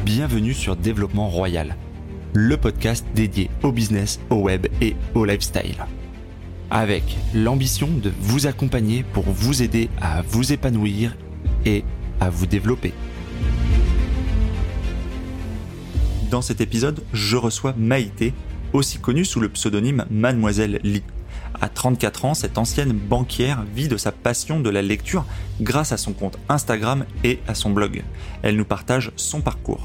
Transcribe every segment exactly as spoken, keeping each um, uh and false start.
Bienvenue sur Développement Royal, le podcast dédié au business, au web et au lifestyle. Avec l'ambition de vous accompagner pour vous aider à vous épanouir et à vous développer. Dans cet épisode, je reçois Maïté, aussi connue sous le pseudonyme Mademoiselle Lee. À trente-quatre ans, cette ancienne banquière vit de sa passion de la lecture grâce à son compte Instagram et à son blog. Elle nous partage son parcours.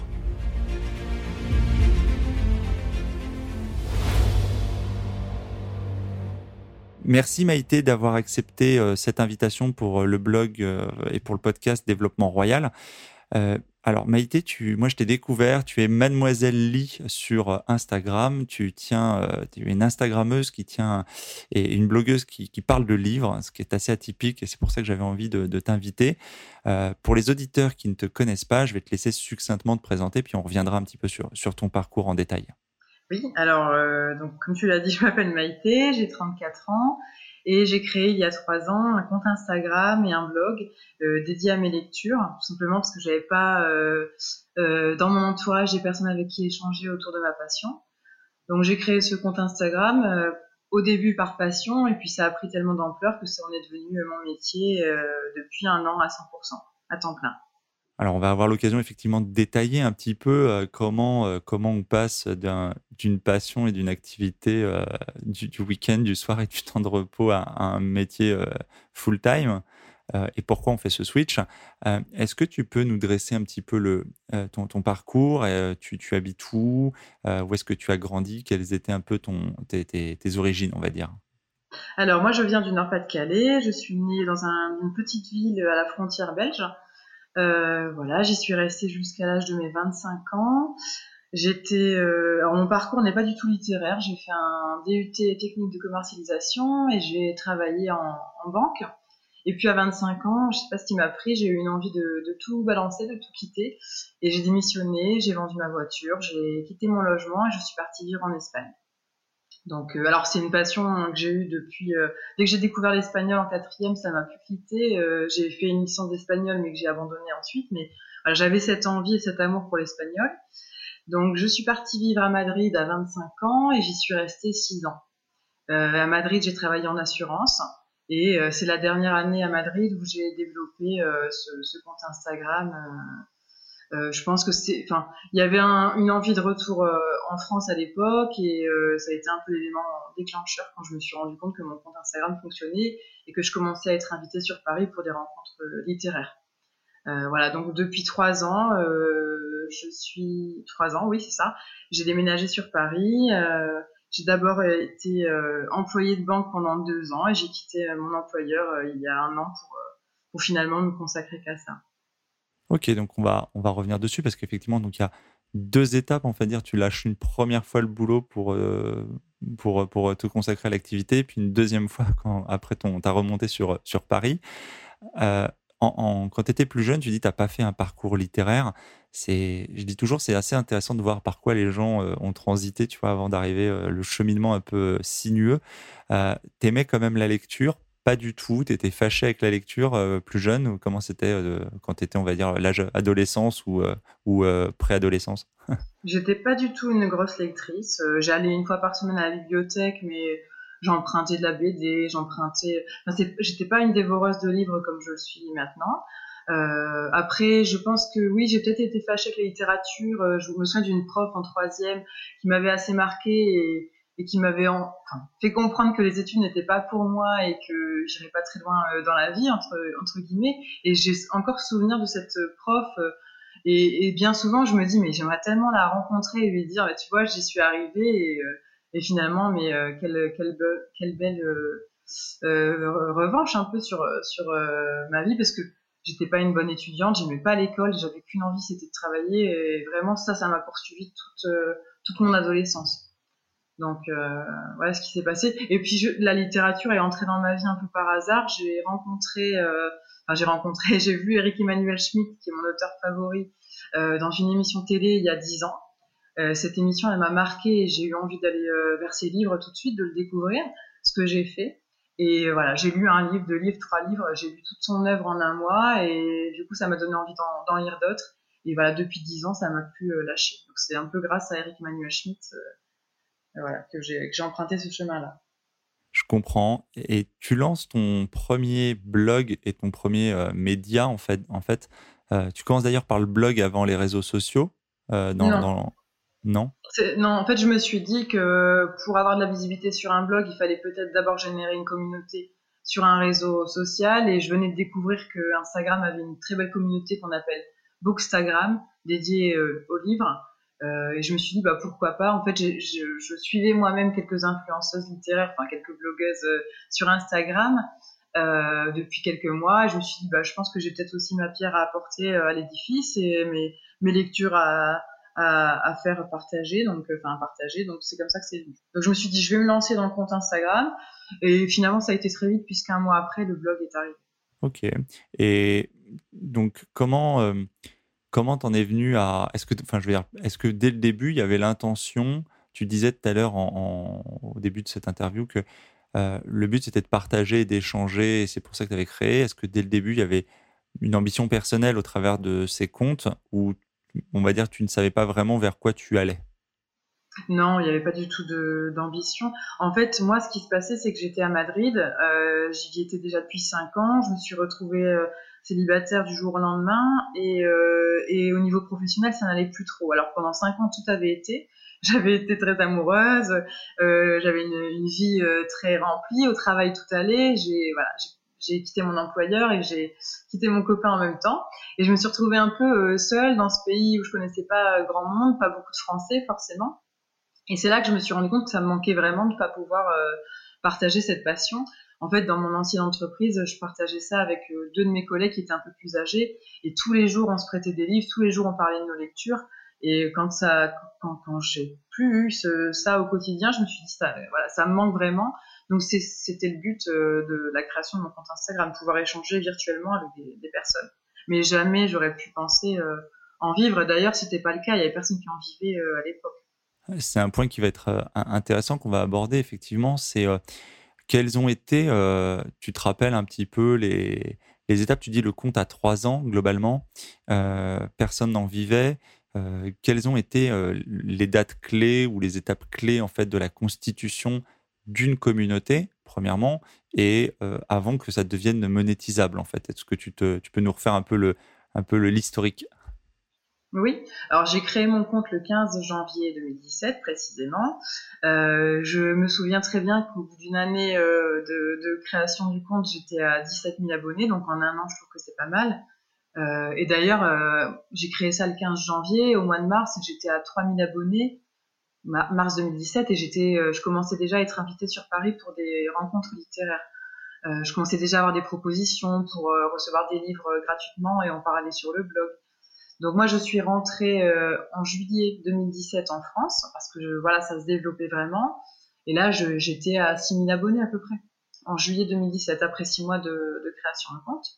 Merci Maïté d'avoir accepté euh, cette invitation pour euh, le blog euh, et pour le podcast Développement Royal. Euh, alors Maïté, tu, moi je t'ai découvert, tu es Mademoiselle Lee sur Instagram, tu tiens, euh, tu es une Instagrammeuse qui tient et une blogueuse qui, qui parle de livres, ce qui est assez atypique et c'est pour ça que j'avais envie de, de t'inviter. Euh, pour les auditeurs qui ne te connaissent pas, je vais te laisser succinctement te présenter puis on reviendra un petit peu sur, sur ton parcours en détail. Oui, alors euh, donc comme tu l'as dit, je m'appelle Maïté, j'ai trente-quatre ans et j'ai créé il y a trois ans un compte Instagram et un blog euh, dédié à mes lectures, tout simplement parce que j'avais pas euh, euh, dans mon entourage des personnes avec qui échanger autour de ma passion. Donc j'ai créé ce compte Instagram euh, au début par passion et puis ça a pris tellement d'ampleur que ça en est devenu mon métier euh, depuis un an à cent pour cent, à temps plein. Alors, on va avoir l'occasion effectivement de détailler un petit peu euh, comment, euh, comment on passe d'un, d'une passion et d'une activité euh, du, du week-end, du soir et du temps de repos à, à un métier euh, full-time euh, et pourquoi on fait ce switch. Euh, est-ce que tu peux nous dresser un petit peu le, euh, ton, ton parcours euh, tu, tu habites où euh, Où est-ce que tu as grandi? Quelles étaient un peu ton, tes, tes, tes origines, on va dire? Alors moi je viens du Nord-Pas-de-Calais, je suis née dans un, une petite ville à la frontière belge. Euh, voilà, j'y suis restée jusqu'à l'âge de mes vingt-cinq ans. J'étais, euh, alors mon parcours n'est pas du tout littéraire. J'ai fait un D U T technique de commercialisation et j'ai travaillé en, en banque. Et puis à vingt-cinq ans, je sais pas ce qui m'a pris, j'ai eu une envie de, de tout balancer, de tout quitter. Et j'ai démissionné, j'ai vendu ma voiture, j'ai quitté mon logement et je suis partie vivre en Espagne. Donc, euh, alors c'est une passion que j'ai eue depuis euh, dès que j'ai découvert l'espagnol en quatrième, ça m'a plus quitté. Euh, j'ai fait une licence d'espagnol, mais que j'ai abandonnée ensuite. Mais voilà, j'avais cette envie et cet amour pour l'espagnol. Donc, je suis partie vivre à Madrid à vingt-cinq ans et j'y suis restée six ans. Euh, à Madrid, j'ai travaillé en assurance et euh, c'est la dernière année à Madrid où j'ai développé euh, ce, ce compte Instagram. Euh, euh, je pense que c'est, enfin, il y avait un, une envie de retour euh, en France à l'époque et euh, ça a été un peu l'élément déclencheur quand je me suis rendu compte que mon compte Instagram fonctionnait et que je commençais à être invitée sur Paris pour des rencontres euh, littéraires. Euh, voilà, donc depuis trois ans, euh, je suis trois ans, oui c'est ça. J'ai déménagé sur Paris. Euh, j'ai d'abord été euh, employée de banque pendant deux ans et j'ai quitté euh, mon employeur euh, il y a un an pour euh, pour finalement me consacrer qu'à ça. Ok, donc on va, on va revenir dessus parce qu'effectivement, donc il y a deux étapes, on va dire. Tu lâches une première fois le boulot pour, euh, pour, pour te consacrer à l'activité, puis une deuxième fois quand, après ton, ta remontée sur, sur Paris. Euh, en, en- quand tu étais plus jeune, tu dis que tu n'as pas fait un parcours littéraire. C'est, je dis toujours, c'est assez intéressant de voir par quoi les gens euh, ont transité, tu vois, avant d'arriver, euh, le cheminement un peu sinueux. Euh, T'aimais quand même la lecture? Pas du tout. T'étais fâché avec la lecture euh, plus jeune ou comment c'était euh, quand t'étais, on va dire, l'âge adolescence ou, euh, ou euh, préadolescence? J'étais pas du tout une grosse lectrice. Euh, j'allais une fois par semaine à la bibliothèque, mais j'empruntais de la B D, j'empruntais. Enfin, c'est- j'étais pas une dévoreuse de livres comme je le suis maintenant. Euh, après, je pense que oui, j'ai peut-être été fâchée avec la littérature. Euh, je me souviens d'une prof en troisième qui m'avait assez marquée et, et qui m'avait en- enfin, fait comprendre que les études n'étaient pas pour moi et que j'irais pas très loin euh, dans la vie entre entre guillemets. Et j'ai encore souvenir de cette prof. euh, et, et bien souvent, je me dis, mais j'aimerais tellement la rencontrer et lui dire, bah, tu vois, j'y suis arrivée et, euh, et finalement, mais euh, quelle, quelle, be- quelle belle euh, euh, revanche un peu sur, sur euh, ma vie parce que j'étais pas une bonne étudiante, j'aimais pas l'école, j'avais qu'une envie, c'était de travailler et vraiment ça, ça m'a poursuivi toute, euh, toute mon adolescence. Donc euh, voilà ce qui s'est passé. Et puis je, la littérature est entrée dans ma vie un peu par hasard. J'ai rencontré, euh, enfin j'ai rencontré, j'ai vu Eric Emmanuel Schmitt, qui est mon auteur favori, euh, dans une émission télé il y a dix ans. Euh, cette émission, elle m'a marquée et j'ai eu envie d'aller euh, vers ses livres tout de suite, de le découvrir, ce que j'ai fait. Et euh, voilà, j'ai lu un livre, deux livres, trois livres, j'ai lu toute son œuvre en un mois et du coup, ça m'a donné envie d'en, d'en lire d'autres. et voilà, depuis dix ans, ça m'a plus euh, lâché. Donc c'est un peu grâce à Eric Manuel Schmitt euh, voilà, que j'ai, que j'ai emprunté ce chemin-là. Je comprends. Et tu lances ton premier blog et ton premier euh, média, en fait. En fait. Euh, tu commences d'ailleurs par le blog avant les réseaux sociaux. Euh, dans, Non, dans... Non? c'est- non, en fait, je me suis dit que pour avoir de la visibilité sur un blog, il fallait peut-être d'abord générer une communauté sur un réseau social. Et je venais de découvrir que Instagram avait une très belle communauté qu'on appelle Bookstagram, dédiée euh, aux livres. Euh, et je me suis dit, bah, pourquoi pas. En fait, j'ai- je, je suivais moi-même quelques influenceuses littéraires, enfin quelques blogueuses euh, sur Instagram euh, depuis quelques mois. Et je me suis dit, bah, je pense que j'ai peut-être aussi ma pierre à apporter euh, à l'édifice et mes, mes lectures à à, à faire partager, donc euh, enfin à partager. Donc c'est comme ça que c'est venu. Donc je me suis dit je vais me lancer dans le compte Instagram et finalement ça a été très vite puisqu'un mois après le blog est arrivé. Ok. Et donc, comment euh, comment t'en es venu à... Est-ce que, enfin, je veux dire, est-ce que dès le début, il y avait l'intention, tu disais tout à l'heure en, en- au début de cette interview que euh, le but c'était de partager et d'échanger, et c'est pour ça que tu avais créé. Est-ce que dès le début, il y avait une ambition personnelle au travers de ces comptes, ou on va dire tu ne savais pas vraiment vers quoi tu allais? Non, il n'y avait pas du tout de, d'ambition. En fait, moi, ce qui se passait, c'est que j'étais à Madrid. Euh, j'y étais déjà depuis cinq ans. Je me suis retrouvée euh, célibataire du jour au lendemain. Et, euh, et au niveau professionnel, ça n'allait plus trop. Alors, pendant cinq ans, tout avait été. J'avais été très amoureuse. Euh, j'avais une, une vie euh, très remplie. Au travail, tout allait. J'ai, voilà, j'ai, j'ai quitté mon employeur et j'ai quitté mon copain en même temps. Et je me suis retrouvée un peu euh, seule dans ce pays où je connaissais pas grand monde, pas beaucoup de Français, forcément. Et c'est là que je me suis rendu compte que ça me manquait vraiment de ne pas pouvoir euh, partager cette passion. En fait, dans mon ancienne entreprise, je partageais ça avec euh, deux de mes collègues qui étaient un peu plus âgés. Et tous les jours, on se prêtait des livres, tous les jours, on parlait de nos lectures. Et quand ça, quand, quand j'ai plus eu ce, ça au quotidien, je me suis dit, ça, voilà, ça me manque vraiment. Donc c'est, c'était le but euh, de la création de mon compte Instagram, pouvoir échanger virtuellement avec des, des personnes. Mais jamais j'aurais pu penser euh, en vivre. D'ailleurs, c'était pas le cas. Il y avait personne qui en vivait euh, à l'époque. C'est un point qui va être euh, intéressant qu'on va aborder effectivement. C'est euh, quelles ont été, euh, tu te rappelles un petit peu les, les étapes, tu dis le compte à trois ans globalement, euh, personne n'en vivait. Euh, quelles ont été euh, les dates clés ou les étapes clés en fait de la constitution d'une communauté, premièrement, et euh, avant que ça devienne monétisable en fait? Est-ce que tu, te, tu peux nous refaire un peu le, un peu le, l'historique? Oui, alors j'ai créé mon compte le quinze janvier deux mille dix-sept précisément. Euh, je me souviens très bien qu'au bout d'une année euh, de, de création du compte, j'étais à dix-sept mille abonnés, donc en un an, je trouve que c'est pas mal. Euh, et d'ailleurs, euh, j'ai créé ça le quinze janvier. Au mois de mars, j'étais à trois mille abonnés, ma- mars deux mille dix-sept, et j'étais, euh, je commençais déjà à être invitée sur Paris pour des rencontres littéraires. Euh, je commençais déjà à avoir des propositions pour euh, recevoir des livres euh, gratuitement et en parler sur le blog. Donc moi, je suis rentrée euh, en juillet deux mille dix-sept en France parce que je, voilà, ça se développait vraiment. Et là, je, j'étais à six mille abonnés à peu près en juillet deux mille dix-sept après six mois de, de création de compte.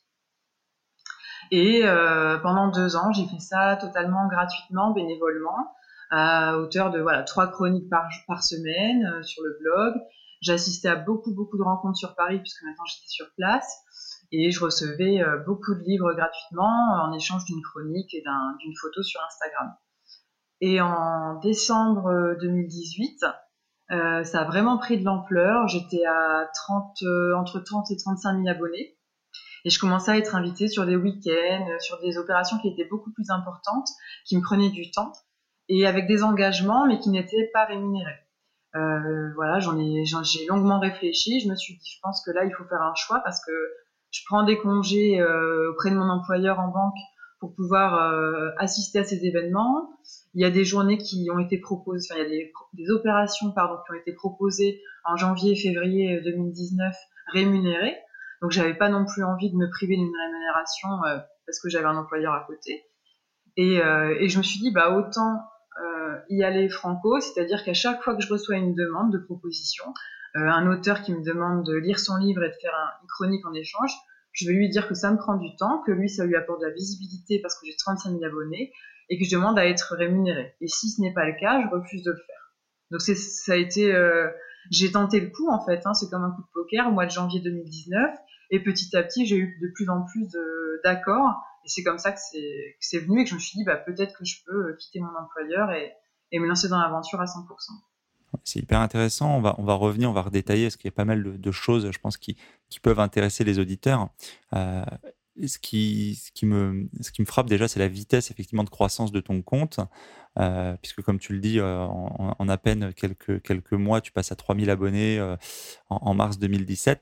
Et euh, pendant deux ans, j'ai fait ça totalement gratuitement, bénévolement, à hauteur de voilà trois chroniques par, par semaine euh, sur le blog. J'assistais à beaucoup beaucoup de rencontres sur Paris puisque maintenant j'étais sur place et je recevais euh, beaucoup de livres gratuitement en échange d'une chronique et d'un, d'une photo sur Instagram. Et en décembre deux mille dix-huit, euh, ça a vraiment pris de l'ampleur. J'étais à trente, euh, entre trente et trente-cinq mille abonnés. Et je commençais à être invitée sur des week-ends, sur des opérations qui étaient beaucoup plus importantes, qui me prenaient du temps, et avec des engagements, mais qui n'étaient pas rémunérés. Euh, voilà, j'en ai, j'en, j'ai longuement réfléchi. Je me suis dit, je pense que là, il faut faire un choix parce que je prends des congés euh, auprès de mon employeur en banque pour pouvoir euh, assister à ces événements. Il y a des journées qui ont été proposées, enfin, il y a des, des opérations pardon, qui ont été proposées en janvier et février deux mille dix-neuf rémunérées. Donc, j'avais pas non plus envie de me priver d'une rémunération euh, parce que j'avais un employeur à côté. Et, euh, et je me suis dit, bah autant euh, y aller franco, c'est-à-dire qu'à chaque fois que je reçois une demande de proposition, euh, un auteur qui me demande de lire son livre et de faire un, une chronique en échange, je vais lui dire que ça me prend du temps, que lui, ça lui apporte de la visibilité parce que j'ai trente-cinq mille abonnés et que je demande à être rémunérée. Et si ce n'est pas le cas, je refuse de le faire. Donc c'est, ça a été, euh, j'ai tenté le coup en fait, hein, c'est comme un coup de poker au mois de janvier deux mille dix-neuf et petit à petit j'ai eu de plus en plus de, d'accords Et c'est comme ça que c'est, que c'est venu et que je me suis dit, bah, peut-être que je peux quitter mon employeur et, et me lancer dans l'aventure à cent pour cent. C'est hyper intéressant. On va, on va revenir, on va redétailler parce qu'il y a pas mal de, de choses, je pense, qui, qui peuvent intéresser les auditeurs. Euh, ce, qui, ce, qui me, ce qui me frappe déjà, c'est la vitesse effectivement de croissance de ton compte. Euh, puisque, comme tu le dis, euh, en, en à peine quelques, quelques mois, tu passes à trois mille abonnés euh, en, en mars deux mille dix-sept.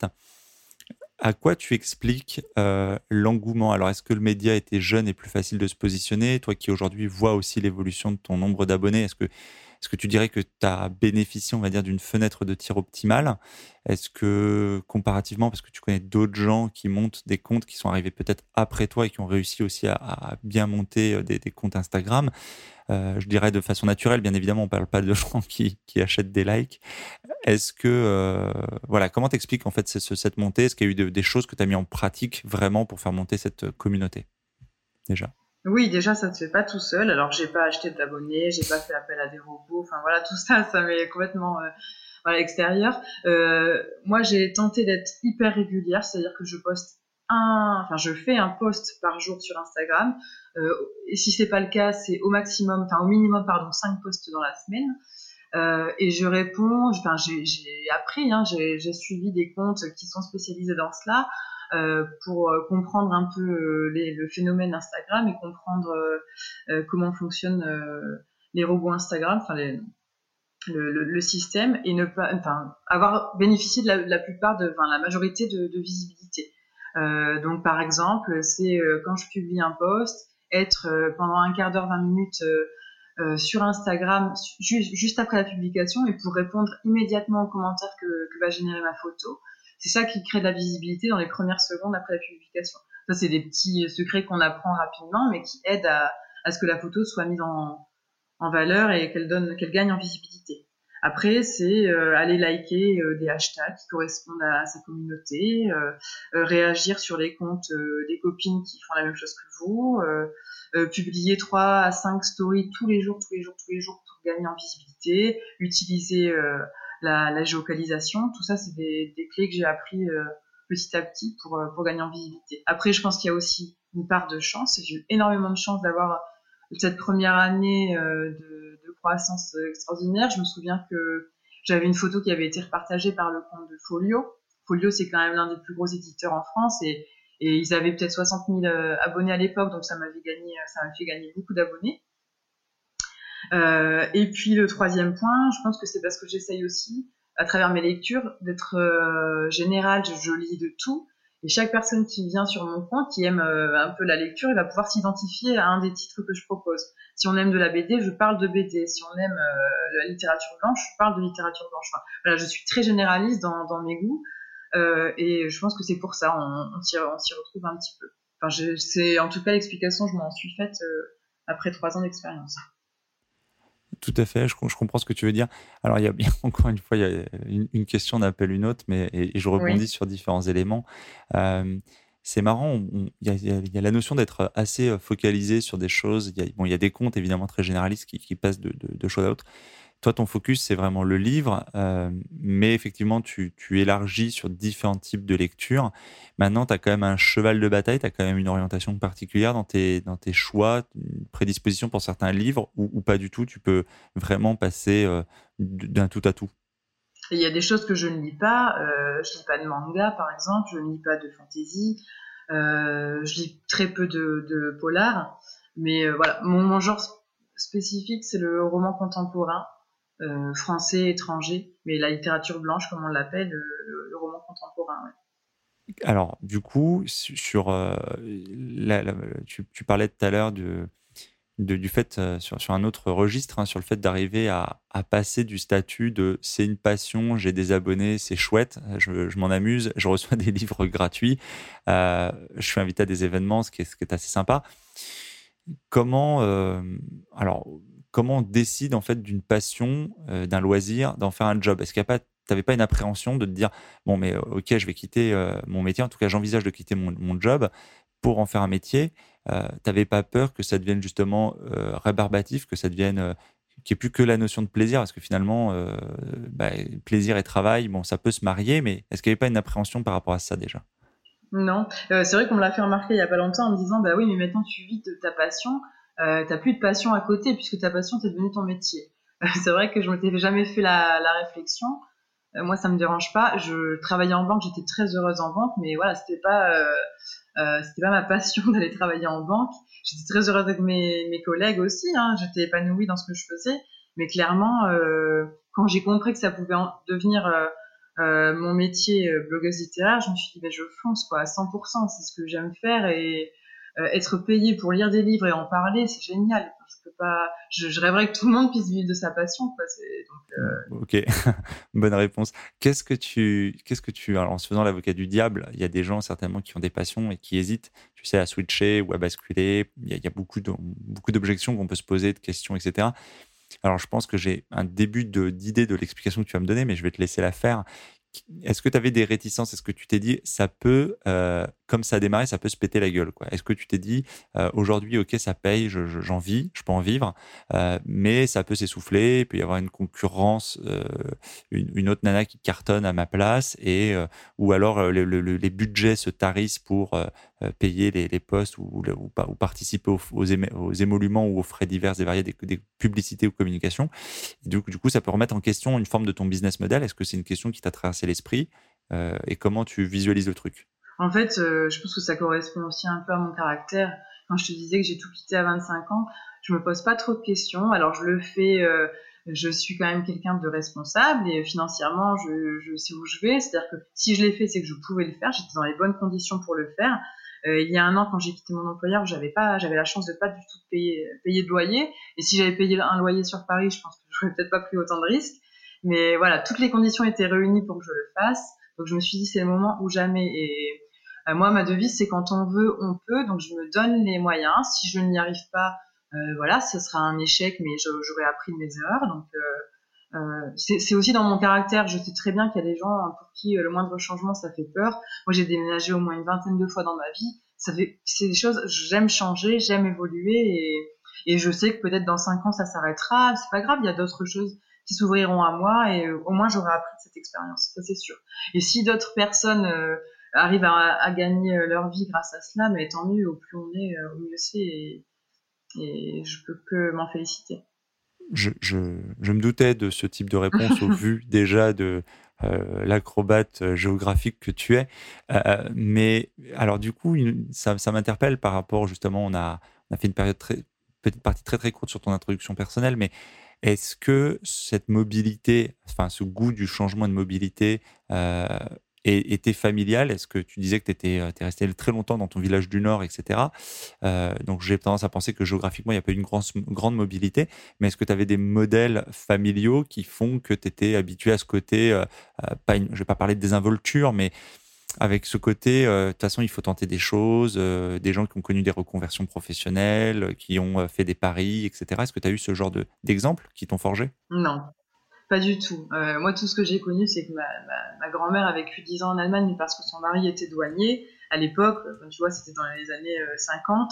À quoi tu expliques euh, l'engouement? Alors, est-ce que le média était jeune et plus facile de se positionner? Toi qui aujourd'hui vois aussi l'évolution de ton nombre d'abonnés, est-ce que, est-ce que tu dirais que tu as bénéficié, on va dire, d'une fenêtre de tir optimale? Est-ce que, comparativement, parce que tu connais d'autres gens qui montent des comptes qui sont arrivés peut-être après toi et qui ont réussi aussi à, à bien monter des, des comptes Instagram, euh, je dirais de façon naturelle, bien évidemment, on ne parle pas de gens qui, qui achètent des likes. Est-ce que, euh, voilà, comment t'expliques en fait ce, cette montée? Est-ce qu'il y a eu de, des choses que tu as mis en pratique vraiment pour faire monter cette communauté déjà? Oui, déjà, ça ne se fait pas tout seul. Alors, j'ai pas acheté d'abonnés, j'ai pas fait appel à des robots. Enfin, voilà, tout ça, ça m'est complètement euh, à l'extérieur. Euh, moi, j'ai tenté d'être hyper régulière, c'est-à-dire que je poste un, enfin, je fais un post par jour sur Instagram. Euh, et si c'est pas le cas, c'est au maximum, enfin, au minimum, pardon, cinq posts dans la semaine. Euh, et je réponds, enfin, j'ai, j'ai appris, hein, j'ai, j'ai suivi des comptes qui sont spécialisés dans cela. Euh, pour euh, comprendre un peu euh, les, le phénomène Instagram et comprendre euh, euh, comment fonctionnent euh, les robots Instagram, enfin les, le, le, le système, et ne pas, enfin, avoir bénéficié de la, la plupart de, enfin, la majorité de, de visibilité. Euh, donc par exemple, c'est euh, quand je publie un post, être euh, pendant un quart d'heure, vingt minutes euh, euh, sur Instagram ju- juste après la publication et pour répondre immédiatement aux commentaires que, que va générer ma photo. C'est ça qui crée de la visibilité dans les premières secondes après la publication. Ça, c'est des petits secrets qu'on apprend rapidement, mais qui aident à, à ce que la photo soit mise en, en valeur et qu'elle donne, qu'elle gagne en visibilité. Après, c'est euh, aller liker euh, des hashtags qui correspondent à, à sa communauté, euh, euh, réagir sur les comptes euh, des copines qui font la même chose que vous, euh, euh, publier trois à cinq stories tous les jours, tous les jours, tous les jours pour gagner en visibilité, utiliser euh, la, la géolocalisation. Tout ça, c'est des, des clés que j'ai appris euh, petit à petit pour, pour gagner en visibilité. Après, je pense qu'il y a aussi une part de chance. J'ai eu énormément de chance d'avoir cette première année euh, de, de croissance extraordinaire. Je me souviens que j'avais une photo qui avait été repartagée par le compte de Folio. Folio, c'est quand même l'un des plus gros éditeurs en France et, et ils avaient peut-être soixante mille euh, abonnés à l'époque, donc ça m'avait gagné, ça m'a fait gagner beaucoup d'abonnés. Euh, et puis le troisième point, je pense que c'est parce que j'essaye aussi, à travers mes lectures, d'être euh, générale, je, je lis de tout. Et chaque personne qui vient sur mon compte, qui aime euh, un peu la lecture, il va pouvoir s'identifier à un des titres que je propose. Si on aime de la B D, je parle de B D. Si on aime euh, la littérature blanche, je parle de littérature blanche. Enfin, voilà, je suis très généraliste dans, dans mes goûts. Euh, et je pense que c'est pour ça, on, on, s'y, on s'y retrouve un petit peu. Enfin, je, c'est en tout cas l'explication, je m'en suis faite euh, après trois ans d'expérience. Tout à fait, je, je comprends ce que tu veux dire. Alors, il y a bien, encore une fois, il y a une, une question n'appelle une autre, mais et, et je rebondis Oui. sur différents éléments. Euh, c'est marrant, il y, y, y a la notion d'être assez focalisé sur des choses. Il y a, bon, il y a des comptes évidemment très généralistes qui, qui passent de, de, de choses à autres. Toi, ton focus, c'est vraiment le livre, euh, mais effectivement, tu, tu élargis sur différents types de lectures. Maintenant, tu as quand même un cheval de bataille, tu as quand même une orientation particulière dans tes, dans tes choix, une prédisposition pour certains livres, ou, ou pas du tout, tu peux vraiment passer euh, d'un tout à tout. Il y a des choses que je ne lis pas, euh, je lis pas de manga par exemple, je ne lis pas de fantasy, euh, je lis très peu de, de polar, mais euh, voilà, mon, mon genre spécifique c'est le roman contemporain, euh, français, étranger, mais la littérature blanche comme on l'appelle, le, le roman contemporain. Ouais. Alors, du coup, sur, euh, la, la, tu, tu parlais tout à l'heure de, de, du fait, euh, sur, sur un autre registre, hein, sur le fait d'arriver à, à passer du statut de c'est une passion, j'ai des abonnés, c'est chouette, je, je m'en amuse, je reçois des livres gratuits, euh, je suis invité à des événements, ce qui est, ce qui est assez sympa. Comment, euh, alors, comment on décide en fait d'une passion, euh, d'un loisir, d'en faire un job? Est-ce qu'il y a pas, t'avais pas une appréhension de te dire bon, mais euh, ok, je vais quitter euh, mon métier, en tout cas, j'envisage de quitter mon, mon job pour en faire un métier. Euh, t'avais pas peur que ça devienne justement euh, rébarbatif, que ça devienne euh, qu'il n'y ait plus que la notion de plaisir, parce que finalement, euh, bah, plaisir et travail, bon, ça peut se marier, mais est-ce qu'il n'y avait pas une appréhension par rapport à ça déjà? Non, euh, c'est vrai qu'on me l'a fait remarquer il y a pas longtemps en me disant bah oui, mais maintenant tu vis de ta passion, euh, t'as plus de passion à côté puisque ta passion c'est devenu ton métier. C'est vrai que je m'étais jamais fait la, la réflexion. Euh, moi, ça me dérange pas. Je travaillais en banque, j'étais très heureuse en banque, mais voilà, c'était pas, euh, euh, c'était pas ma passion d'aller travailler en banque. J'étais très heureuse avec mes, mes collègues aussi, hein, j'étais épanouie dans ce que je faisais, mais clairement, euh, quand j'ai compris que ça pouvait en devenir euh, euh, mon métier euh, blogueuse littéraire, je me suis dit, ben, je fonce quoi, à cent pour cent, c'est ce que j'aime faire et euh, être payée pour lire des livres et en parler, c'est génial. Je peux pas, je, je rêverais que tout le monde puisse vivre de sa passion, quoi. C'est, donc, euh, Ok, bonne réponse. Qu'est-ce que tu, qu'est-ce que tu, alors en se faisant l'avocat du diable, il y a des gens certainement qui ont des passions et qui hésitent, tu sais, à switcher ou à basculer. Il y a, il y a beaucoup de, beaucoup d'objections qu'on peut se poser, de questions, et cetera. Alors, je pense que j'ai un début de, d'idée de l'explication que tu vas me donner, mais je vais te laisser la faire. Est-ce que tu avais des réticences? Est-ce que tu t'es dit, ça peut, euh, comme ça a démarré, ça peut se péter la gueule, quoi? Est-ce que tu t'es dit, euh, aujourd'hui, ok, ça paye, je, je, j'en vis, je peux en vivre, euh, mais ça peut s'essouffler, il peut y avoir une concurrence, euh, une, une autre nana qui cartonne à ma place, et, euh, ou alors euh, le, le, les budgets se tarissent pour euh, payer les, les postes ou, ou, ou participer aux, aux, émé, aux émoluments ou aux frais divers et variés des, des publicités ou communications. Et du, du coup, ça peut remettre en question une forme de ton business model. Est-ce que c'est une question qui t'a traversé l'esprit euh, et comment tu visualises le truc? En fait, euh, je pense que ça correspond aussi un peu à mon caractère. Quand je te disais que j'ai tout quitté à vingt-cinq ans, je me pose pas trop de questions. Alors je le fais, euh, je suis quand même quelqu'un de responsable et financièrement, je, je sais où je vais. C'est-à-dire que si je l'ai fait, c'est que je pouvais le faire. J'étais dans les bonnes conditions pour le faire. Euh, il y a un an, quand j'ai quitté mon employeur, j'avais pas, j'avais la chance de pas du tout payer, payer de loyer. Et si j'avais payé un loyer sur Paris, je pense que j'aurais peut-être pas pris autant de risques. Mais voilà, toutes les conditions étaient réunies pour que je le fasse. Donc je me suis dit, c'est le moment ou jamais. Et euh, moi, ma devise, c'est quand on veut, on peut. Donc, je me donne les moyens. Si je n'y arrive pas, euh, voilà, ce sera un échec, mais je, j'aurai appris de mes erreurs. Donc, euh, euh, c'est, c'est aussi dans mon caractère. Je sais très bien qu'il y a des gens pour qui euh, le moindre changement, ça fait peur. Moi, j'ai déménagé au moins une vingtaine de fois dans ma vie. Ça fait, c'est des choses. J'aime changer, j'aime évoluer, et, et je sais que peut-être dans cinq ans, ça s'arrêtera. C'est pas grave. Il y a d'autres choses qui s'ouvriront à moi, et euh, au moins, j'aurai appris de cette expérience. Ça, c'est sûr. Et si d'autres personnes euh, arrivent à, à gagner leur vie grâce à cela, mais tant mieux, au plus on est, au mieux c'est, et, et je peux que m'en féliciter. Je, je, je me doutais de ce type de réponse au vu déjà de euh, l'acrobate géographique que tu es. Euh, mais alors du coup, une, ça, ça m'interpelle par rapport justement, on a, on a fait une période très, petite partie très très courte sur ton introduction personnelle, mais est-ce que cette mobilité, enfin ce goût du changement et de mobilité euh, était familial? Est-ce que tu disais que tu étais, euh, t'es resté très longtemps dans ton village du Nord, et cetera. Euh, donc j'ai tendance à penser que géographiquement, il n'y a pas une grande, grande mobilité, mais est-ce que tu avais des modèles familiaux qui font que tu étais habitué à ce côté, euh, euh, pas une, je ne vais pas parler de désinvolture, mais avec ce côté, euh, de toute façon, il faut tenter des choses, euh, des gens qui ont connu des reconversions professionnelles, qui ont euh, fait des paris, et cetera. Est-ce que tu as eu ce genre de, d'exemples qui t'ont forgé? Non, pas du tout. Euh, moi, tout ce que j'ai connu, c'est que ma, ma, ma grand-mère a vécu dix ans en Allemagne parce que son mari était douanier. À l'époque, tu vois, c'était dans les années euh, cinquante.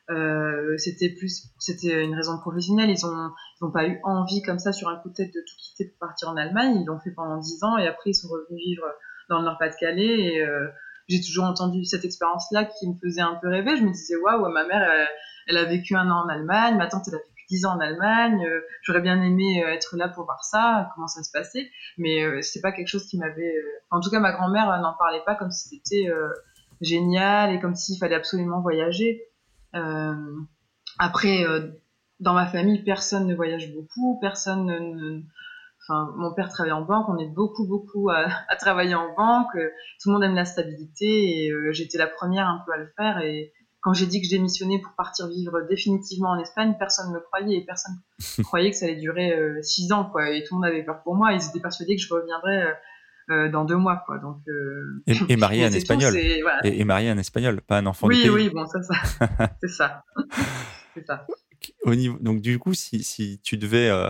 Euh, c'était plus, c'était une raison professionnelle. Ils ont, ils ont pas eu envie comme ça sur un coup de tête de tout quitter pour partir en Allemagne. Ils l'ont fait pendant dix ans et après ils sont revenus vivre dans le Nord-Pas-de-Calais. Et euh, j'ai toujours entendu cette expérience-là qui me faisait un peu rêver. Je me disais waouh, ma mère, elle, elle a vécu un an en Allemagne, ma tante elle a vécu dix ans en Allemagne. Euh, j'aurais bien aimé euh, être là pour voir ça, comment ça se passait. Mais euh, c'est pas quelque chose qui m'avait. Euh... En tout cas, ma grand-mère euh, n'en parlait pas comme si c'était euh, génial et comme s'il fallait absolument voyager. Euh, après, euh, dans ma famille, personne ne voyage beaucoup, personne ne, ne... Enfin, mon père travaille en banque, on est beaucoup, beaucoup à, à travailler en banque. Euh, tout le monde aime la stabilité et euh, j'étais la première un peu à le faire. Et quand j'ai dit que je démissionnais pour partir vivre définitivement en Espagne, personne ne me croyait et personne croyait que ça allait durer euh, six ans, quoi. Et tout le monde avait peur pour moi. Ils étaient persuadés que je reviendrais euh, euh, dans deux mois, quoi. Donc, euh... Et, et marié mais un c'est tout, Espagnol. c'est voilà. Et, et marié un Espagnol, pas un enfant du Oui, pays. oui, bon, ça, ça, c'est ça, c'est ça. Au niveau, donc du coup, si, si tu devais euh,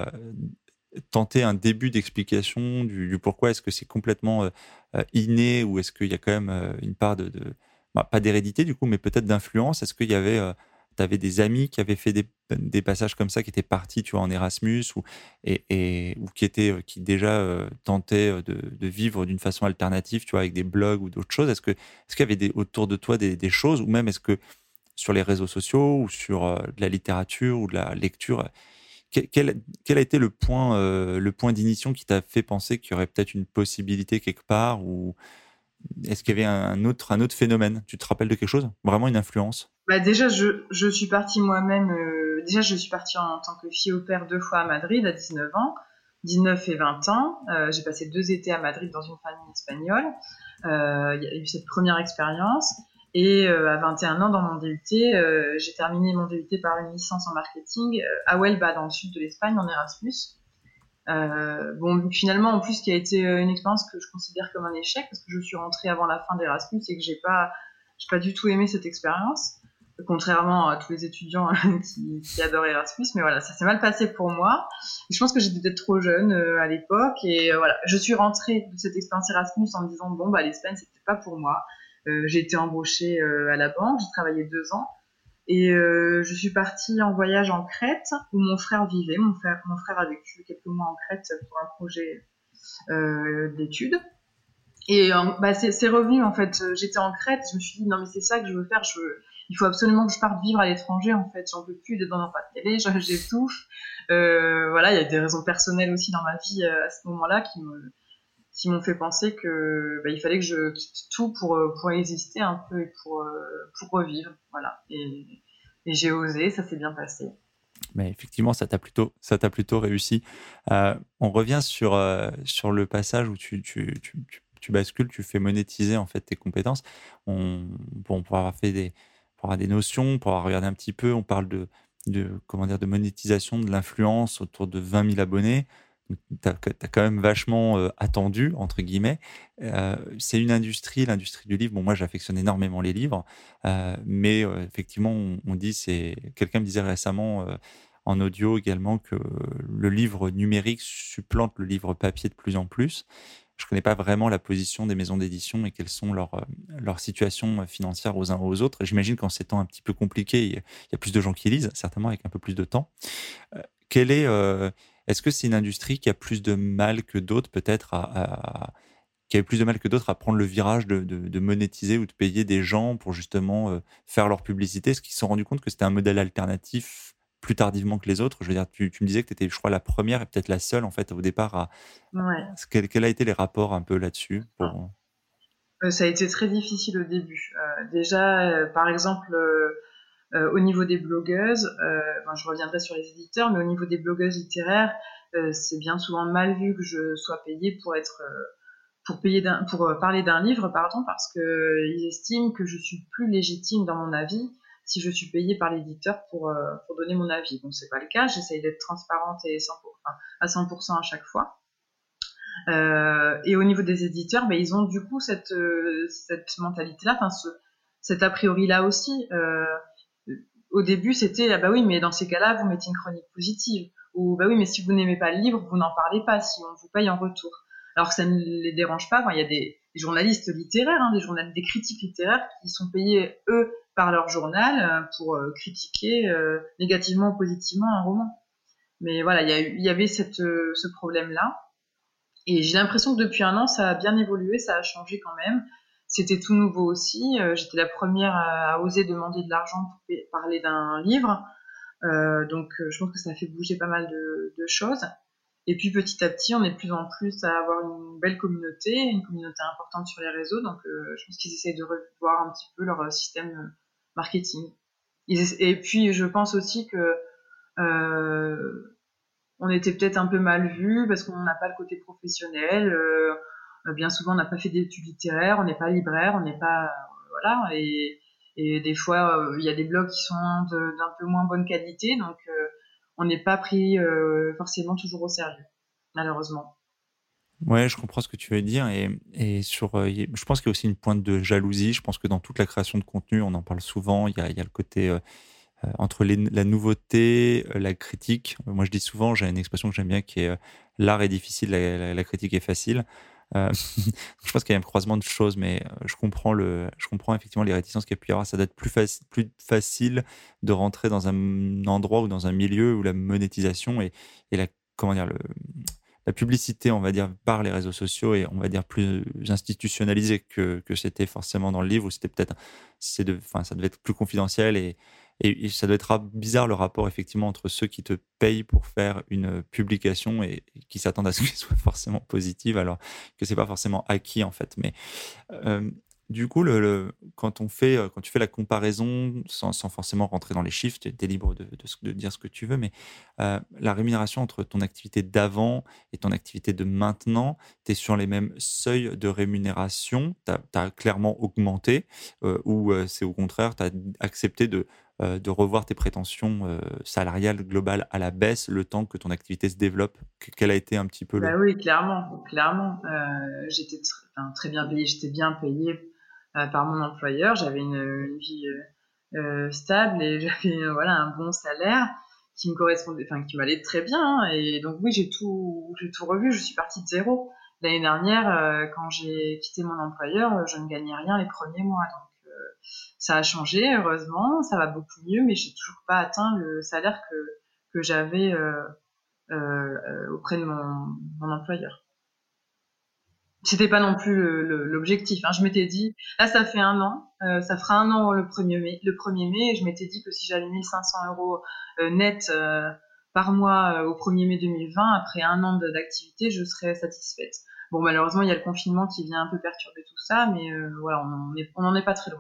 tenter un début d'explication du, du pourquoi, est-ce que c'est complètement euh, inné ou est-ce qu'il y a quand même euh, une part de, de bah, pas d'hérédité du coup, mais peut-être d'influence? Est-ce qu'il y avait, euh, tu avais des amis qui avaient fait des, des passages comme ça, qui étaient partis, tu vois, en Erasmus, ou, et, et, ou qui, étaient, qui déjà euh, tentaient de, de vivre d'une façon alternative, tu vois, avec des blogs ou d'autres choses. Est-ce que, est-ce qu'il y avait des, autour de toi des, des choses, ou même est-ce que sur les réseaux sociaux, ou sur euh, de la littérature, ou de la lecture, quel, quel, quel a été le point, euh, le point d'ignition qui t'a fait penser qu'il y aurait peut-être une possibilité quelque part, ou est-ce qu'il y avait un autre, un autre phénomène? Tu te rappelles de quelque chose? Vraiment une influence? Bah déjà, je, je suis partie moi-même. Euh, déjà, je suis partie en, en tant que fille au père deux fois à Madrid à dix-neuf ans, dix-neuf et vingt ans. Euh, j'ai passé deux étés à Madrid dans une famille espagnole. Euh, Il y a eu cette première expérience. Et euh, à vingt et un ans, dans mon D U T, euh, j'ai terminé mon D U T par une licence en marketing euh, à Huelva, dans le sud de l'Espagne, en Erasmus. Euh, bon, finalement, en plus, qui a été une expérience que je considère comme un échec parce que je suis rentrée avant la fin d'Erasmus et que j'ai pas, j'ai pas du tout aimé cette expérience, contrairement à tous les étudiants qui, qui adorent Erasmus. Mais voilà, ça s'est mal passé pour moi. Et je pense que j'étais peut-être trop jeune euh, à l'époque et euh, voilà, je suis rentrée de cette expérience Erasmus en me disant bon bah l'Espagne c'était pas pour moi. Euh, j'ai été embauchée euh, à la banque, j'ai travaillé deux ans. Et euh, je suis partie en voyage en Crète où mon frère vivait. Mon frère, mon frère a vécu quelques mois en Crète pour un projet euh, d'études. Et euh, bah, c'est, c'est revenu en fait. J'étais en Crète, je me suis dit non mais c'est ça que je veux faire. Je veux, il faut absolument que je parte vivre à l'étranger en fait. J'en peux plus d'être dans un pas-de-Calais, j'étouffe. Euh, voilà, il y a des raisons personnelles aussi dans ma vie euh, à ce moment-là qui me qui m'ont fait penser que bah, il fallait que je quitte tout pour pour exister un peu et pour pour revivre, voilà. Et, et j'ai osé, ça s'est bien passé. Mais effectivement, ça t'a plutôt ça t'a plutôt réussi. Euh, on revient sur euh, sur le passage où tu tu, tu tu tu bascules, tu fais monétiser en fait tes compétences. On bon, pour avoir fait des pour avoir des notions, pour avoir regardé un petit peu, on parle de de comment dire de monétisation de l'influence autour de vingt mille abonnés. Tu as quand même vachement euh, attendu, entre guillemets. Euh, c'est une industrie, l'industrie du livre. Bon, moi, j'affectionne énormément les livres, euh, mais euh, effectivement, on, on dit, c'est quelqu'un me disait récemment euh, en audio également que le livre numérique supplante le livre papier de plus en plus. Je connais pas vraiment la position des maisons d'édition et quelles sont leurs, euh, leurs situations financières aux uns aux autres. J'imagine qu'en ces temps un petit peu compliqués, il y a, il y a plus de gens qui lisent, certainement avec un peu plus de temps. Euh, quel est, euh, est-ce que c'est une industrie qui a plus de mal que d'autres, peut-être, à, à- qui a eu plus de mal que d'autres à prendre le virage de, de- de monétiser ou de payer des gens pour justement euh, faire leur publicité? Est-ce qu'ils se sont rendus compte que c'était un modèle alternatif plus tardivement que les autres? Je veux dire, tu, tu me disais que tu étais, je crois, la première et peut-être la seule, en fait, au départ. À, Ouais. quel, quel a été les rapports un peu là-dessus pour... Euh, ça a été très difficile au début. Euh, déjà, euh, par exemple, euh, euh, au niveau des blogueuses, euh, ben, je reviendrai sur les éditeurs, mais au niveau des blogueuses littéraires, euh, c'est bien souvent mal vu que je sois payée pour être euh, pour payer d'un, pour euh, parler d'un livre, pardon, parce que euh, ils estiment que je suis plus légitime dans mon avis si je suis payée par l'éditeur pour euh, pour donner mon avis. Donc c'est pas le cas. J'essaye d'être transparente et cent pour cent, enfin, à cent pour cent à chaque fois. Euh, et au niveau des éditeurs, ben, ils ont du coup cette euh, cette mentalité-là, enfin ce cet a priori-là aussi. Euh, au début, c'était ah bah oui, mais dans ces cas-là, vous mettez une chronique positive. Ou bah oui, mais si vous n'aimez pas le livre, vous n'en parlez pas si on vous paye en retour. Alors que ça ne les dérange pas. Enfin, il y a des, des journalistes littéraires, hein, des, journal, des critiques littéraires qui sont payés, eux, par leur journal euh, pour euh, critiquer euh, négativement ou positivement un roman. Mais voilà, il y, a eu- il y avait cette, euh, ce problème-là. Et j'ai l'impression que depuis un an, ça a bien évolué, ça a changé quand même. C'était tout nouveau aussi. Euh, j'étais la première à, à oser demander de l'argent pour parler d'un livre. Euh, donc, euh, je pense que ça a fait bouger pas mal de, de choses. Et puis, petit à petit, on est de plus en plus à avoir une belle communauté, une communauté importante sur les réseaux. Donc, euh, je pense qu'ils essayent de revoir un petit peu leur système marketing. Ils, et puis, je pense aussi que euh, on était peut-être un peu mal vu parce qu'on n'a pas le côté professionnel. Euh, bien souvent, on n'a pas fait d'études littéraires, on n'est pas libraire, on n'est pas euh, voilà. Et, et des fois, euh, il y a des blogs qui sont de, d'un peu moins bonne qualité, donc euh, on n'est pas pris euh, forcément toujours au sérieux, malheureusement. Ouais, je comprends ce que tu veux dire. Et, et sur, euh, y- je pense qu'il y a aussi une pointe de jalousie. Je pense que dans toute la création de contenu, on en parle souvent. Il y a, il y a le côté euh, euh, entre les- la nouveauté, euh, la critique. Moi, je dis souvent, j'ai une expression que j'aime bien qui est euh, l'art est difficile, la, la- la critique est facile. Euh, je pense qu'il y a un croisement de choses, mais euh, je comprends le, je comprends effectivement les réticences qu'il y a pu y avoir. Ça doit être plus, faci- plus facile de rentrer dans un endroit ou dans un milieu où la monétisation et, et la, comment dire, le, la publicité, on va dire, par les réseaux sociaux est, on va dire, plus institutionnalisée que, que c'était forcément dans le livre, où c'était peut-être, c'est de, enfin, ça devait être plus confidentiel et, et, et ça doit être ra- bizarre le rapport effectivement entre ceux qui te payent pour faire une publication et, et qui s'attendent à ce qu'elle soit forcément positive, alors que c'est pas forcément acquis en fait. Mais euh, du coup, le, le- quand on fait, euh, quand tu fais la comparaison, sans, sans forcément rentrer dans les chiffres, tu es libre de, de, ce- de dire ce que tu veux, mais euh, la rémunération entre ton activité d'avant et ton activité de maintenant, tu es sur les mêmes seuils de rémunération, tu as clairement augmenté, euh, ou euh, c'est au contraire, tu as accepté de, euh, de revoir tes prétentions euh, salariales globales à la baisse le temps que ton activité se développe. Que- Quel a été un petit peu Bah le... oui, clairement, clairement. Euh, j'étais tr- enfin, très bien payée, j'étais bien payée euh, par mon employeur. J'avais une, une vie euh, euh, stable et j'avais euh, voilà un bon salaire qui me correspondait, enfin qui m'allait très bien. Hein. Et donc oui, j'ai tout, j'ai tout revu. Je suis partie de zéro. L'année dernière, euh, quand j'ai quitté mon employeur, euh, je ne gagnais rien les premiers mois. Donc euh, ça a changé, heureusement, ça va beaucoup mieux, mais j'ai toujours pas atteint le salaire que que j'avais. Euh, euh, euh, auprès de mon, mon employeur. C'était pas non plus le- le- l'objectif. Hein. Je m'étais dit, là ça fait un an, euh, ça fera un an le premier mai, le premier mai, et je m'étais dit que si j'avais mille cinq cents euros euh, net euh, par mois euh, au premier mai deux mille vingt, après un an de- d'activité, je serais satisfaite. Bon, malheureusement, il y a le confinement qui vient un peu perturber tout ça, mais euh, voilà, on n'en est, est pas très loin.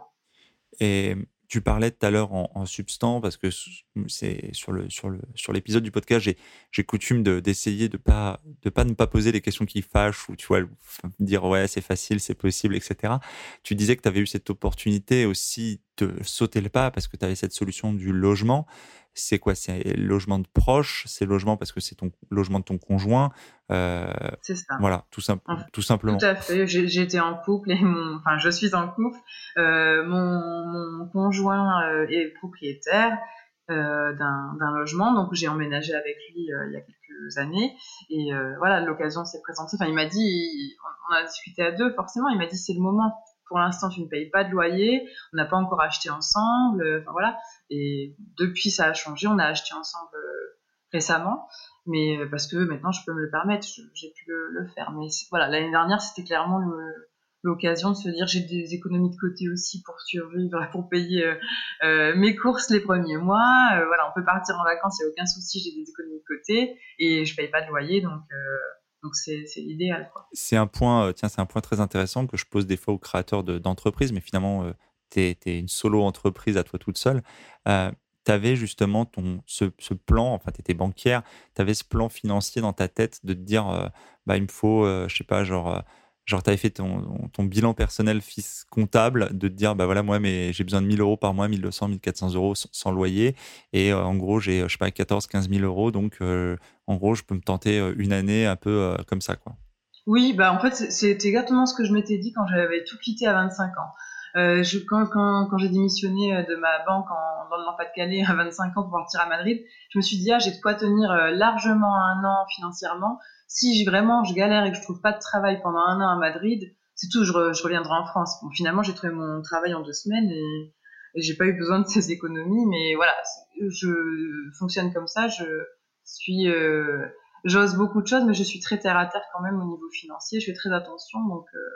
Et tu parlais tout à l'heure en, en substance, parce que c'est sur le sur le sur l'épisode du podcast, j'ai j'ai coutume de d'essayer de pas de pas ne pas poser les questions qui fâchent ou tu vois dire ouais c'est facile, c'est possible, et cetera. Tu disais que tu avais eu cette opportunité aussi de sauter le pas parce que tu avais cette solution du logement. C'est quoi? C'est logement de proche, c'est logement parce que c'est ton logement de ton conjoint. Euh, C'est ça. voilà, tout simple, En fait, tout tout simplement. à fait. J'ai- J'étais en couple et mon, enfin, je suis en couple. Euh, mon, mon conjoint euh, est propriétaire euh, d'un d'un logement, donc j'ai emménagé avec lui euh, il y a quelques années. Et euh, voilà, l'occasion s'est présentée. Enfin, il m'a dit, on, on a discuté à deux, forcément. Il m'a dit, c'est le moment. Pour l'instant, tu ne payes pas de loyer. On n'a pas encore acheté ensemble. euh, Enfin voilà. Et depuis, ça a changé. On a acheté ensemble euh, récemment mais euh, parce que maintenant je peux me le permettre, je- j'ai pu le, le faire. Mais c'est- voilà, l'année dernière c'était clairement le- l'occasion de se dire j'ai des économies de côté aussi pour survivre, pour payer euh, euh, mes courses les premiers mois. Euh, voilà, on peut partir en vacances, il y a aucun souci, j'ai des économies de côté et je paye pas de loyer, donc euh, donc c'est c'est idéal quoi. C'est un point, euh, tiens, c'est un point très intéressant que je pose des fois aux créateurs de- d'entreprises, mais finalement, tu es, une solo-entreprise à toi toute seule. Euh, tu avais justement ton, ce, ce plan, enfin, tu étais banquière, tu avais ce plan financier dans ta tête de te dire, euh, bah, il me faut, euh, je sais pas, genre, euh, genre tu avais fait ton, ton bilan personnel fils comptable, de te dire, bah voilà, moi, mais j'ai besoin de mille euros par mois, mille deux cents, mille quatre cents euros sans, sans loyer, et euh, en gros, j'ai, je sais pas, quatorze, quinze mille euros, donc euh, en gros, je peux me tenter euh, une année un peu euh, comme ça, quoi. Oui, bah en fait c'est- c'était exactement ce que je m'étais dit quand j'avais tout quitté à vingt-cinq ans. Euh, je, quand quand, quand j'ai démissionné euh, de ma banque en, dans le Nord-Pas-de-Calais à vingt-cinq ans pour partir à Madrid, je me suis dit ah j'ai de quoi tenir euh, largement un an financièrement. Si j'ai vraiment je galère et que je trouve pas de travail pendant un an à Madrid, c'est tout, je, re- je reviendrai en France. Bon, finalement j'ai trouvé mon travail en deux semaines et, et j'ai pas eu besoin de ces économies, mais voilà, c'est- je fonctionne comme ça. Je suis euh, J'ose beaucoup de choses, mais je suis très terre à terre quand même au niveau financier. Je fais très attention, donc euh,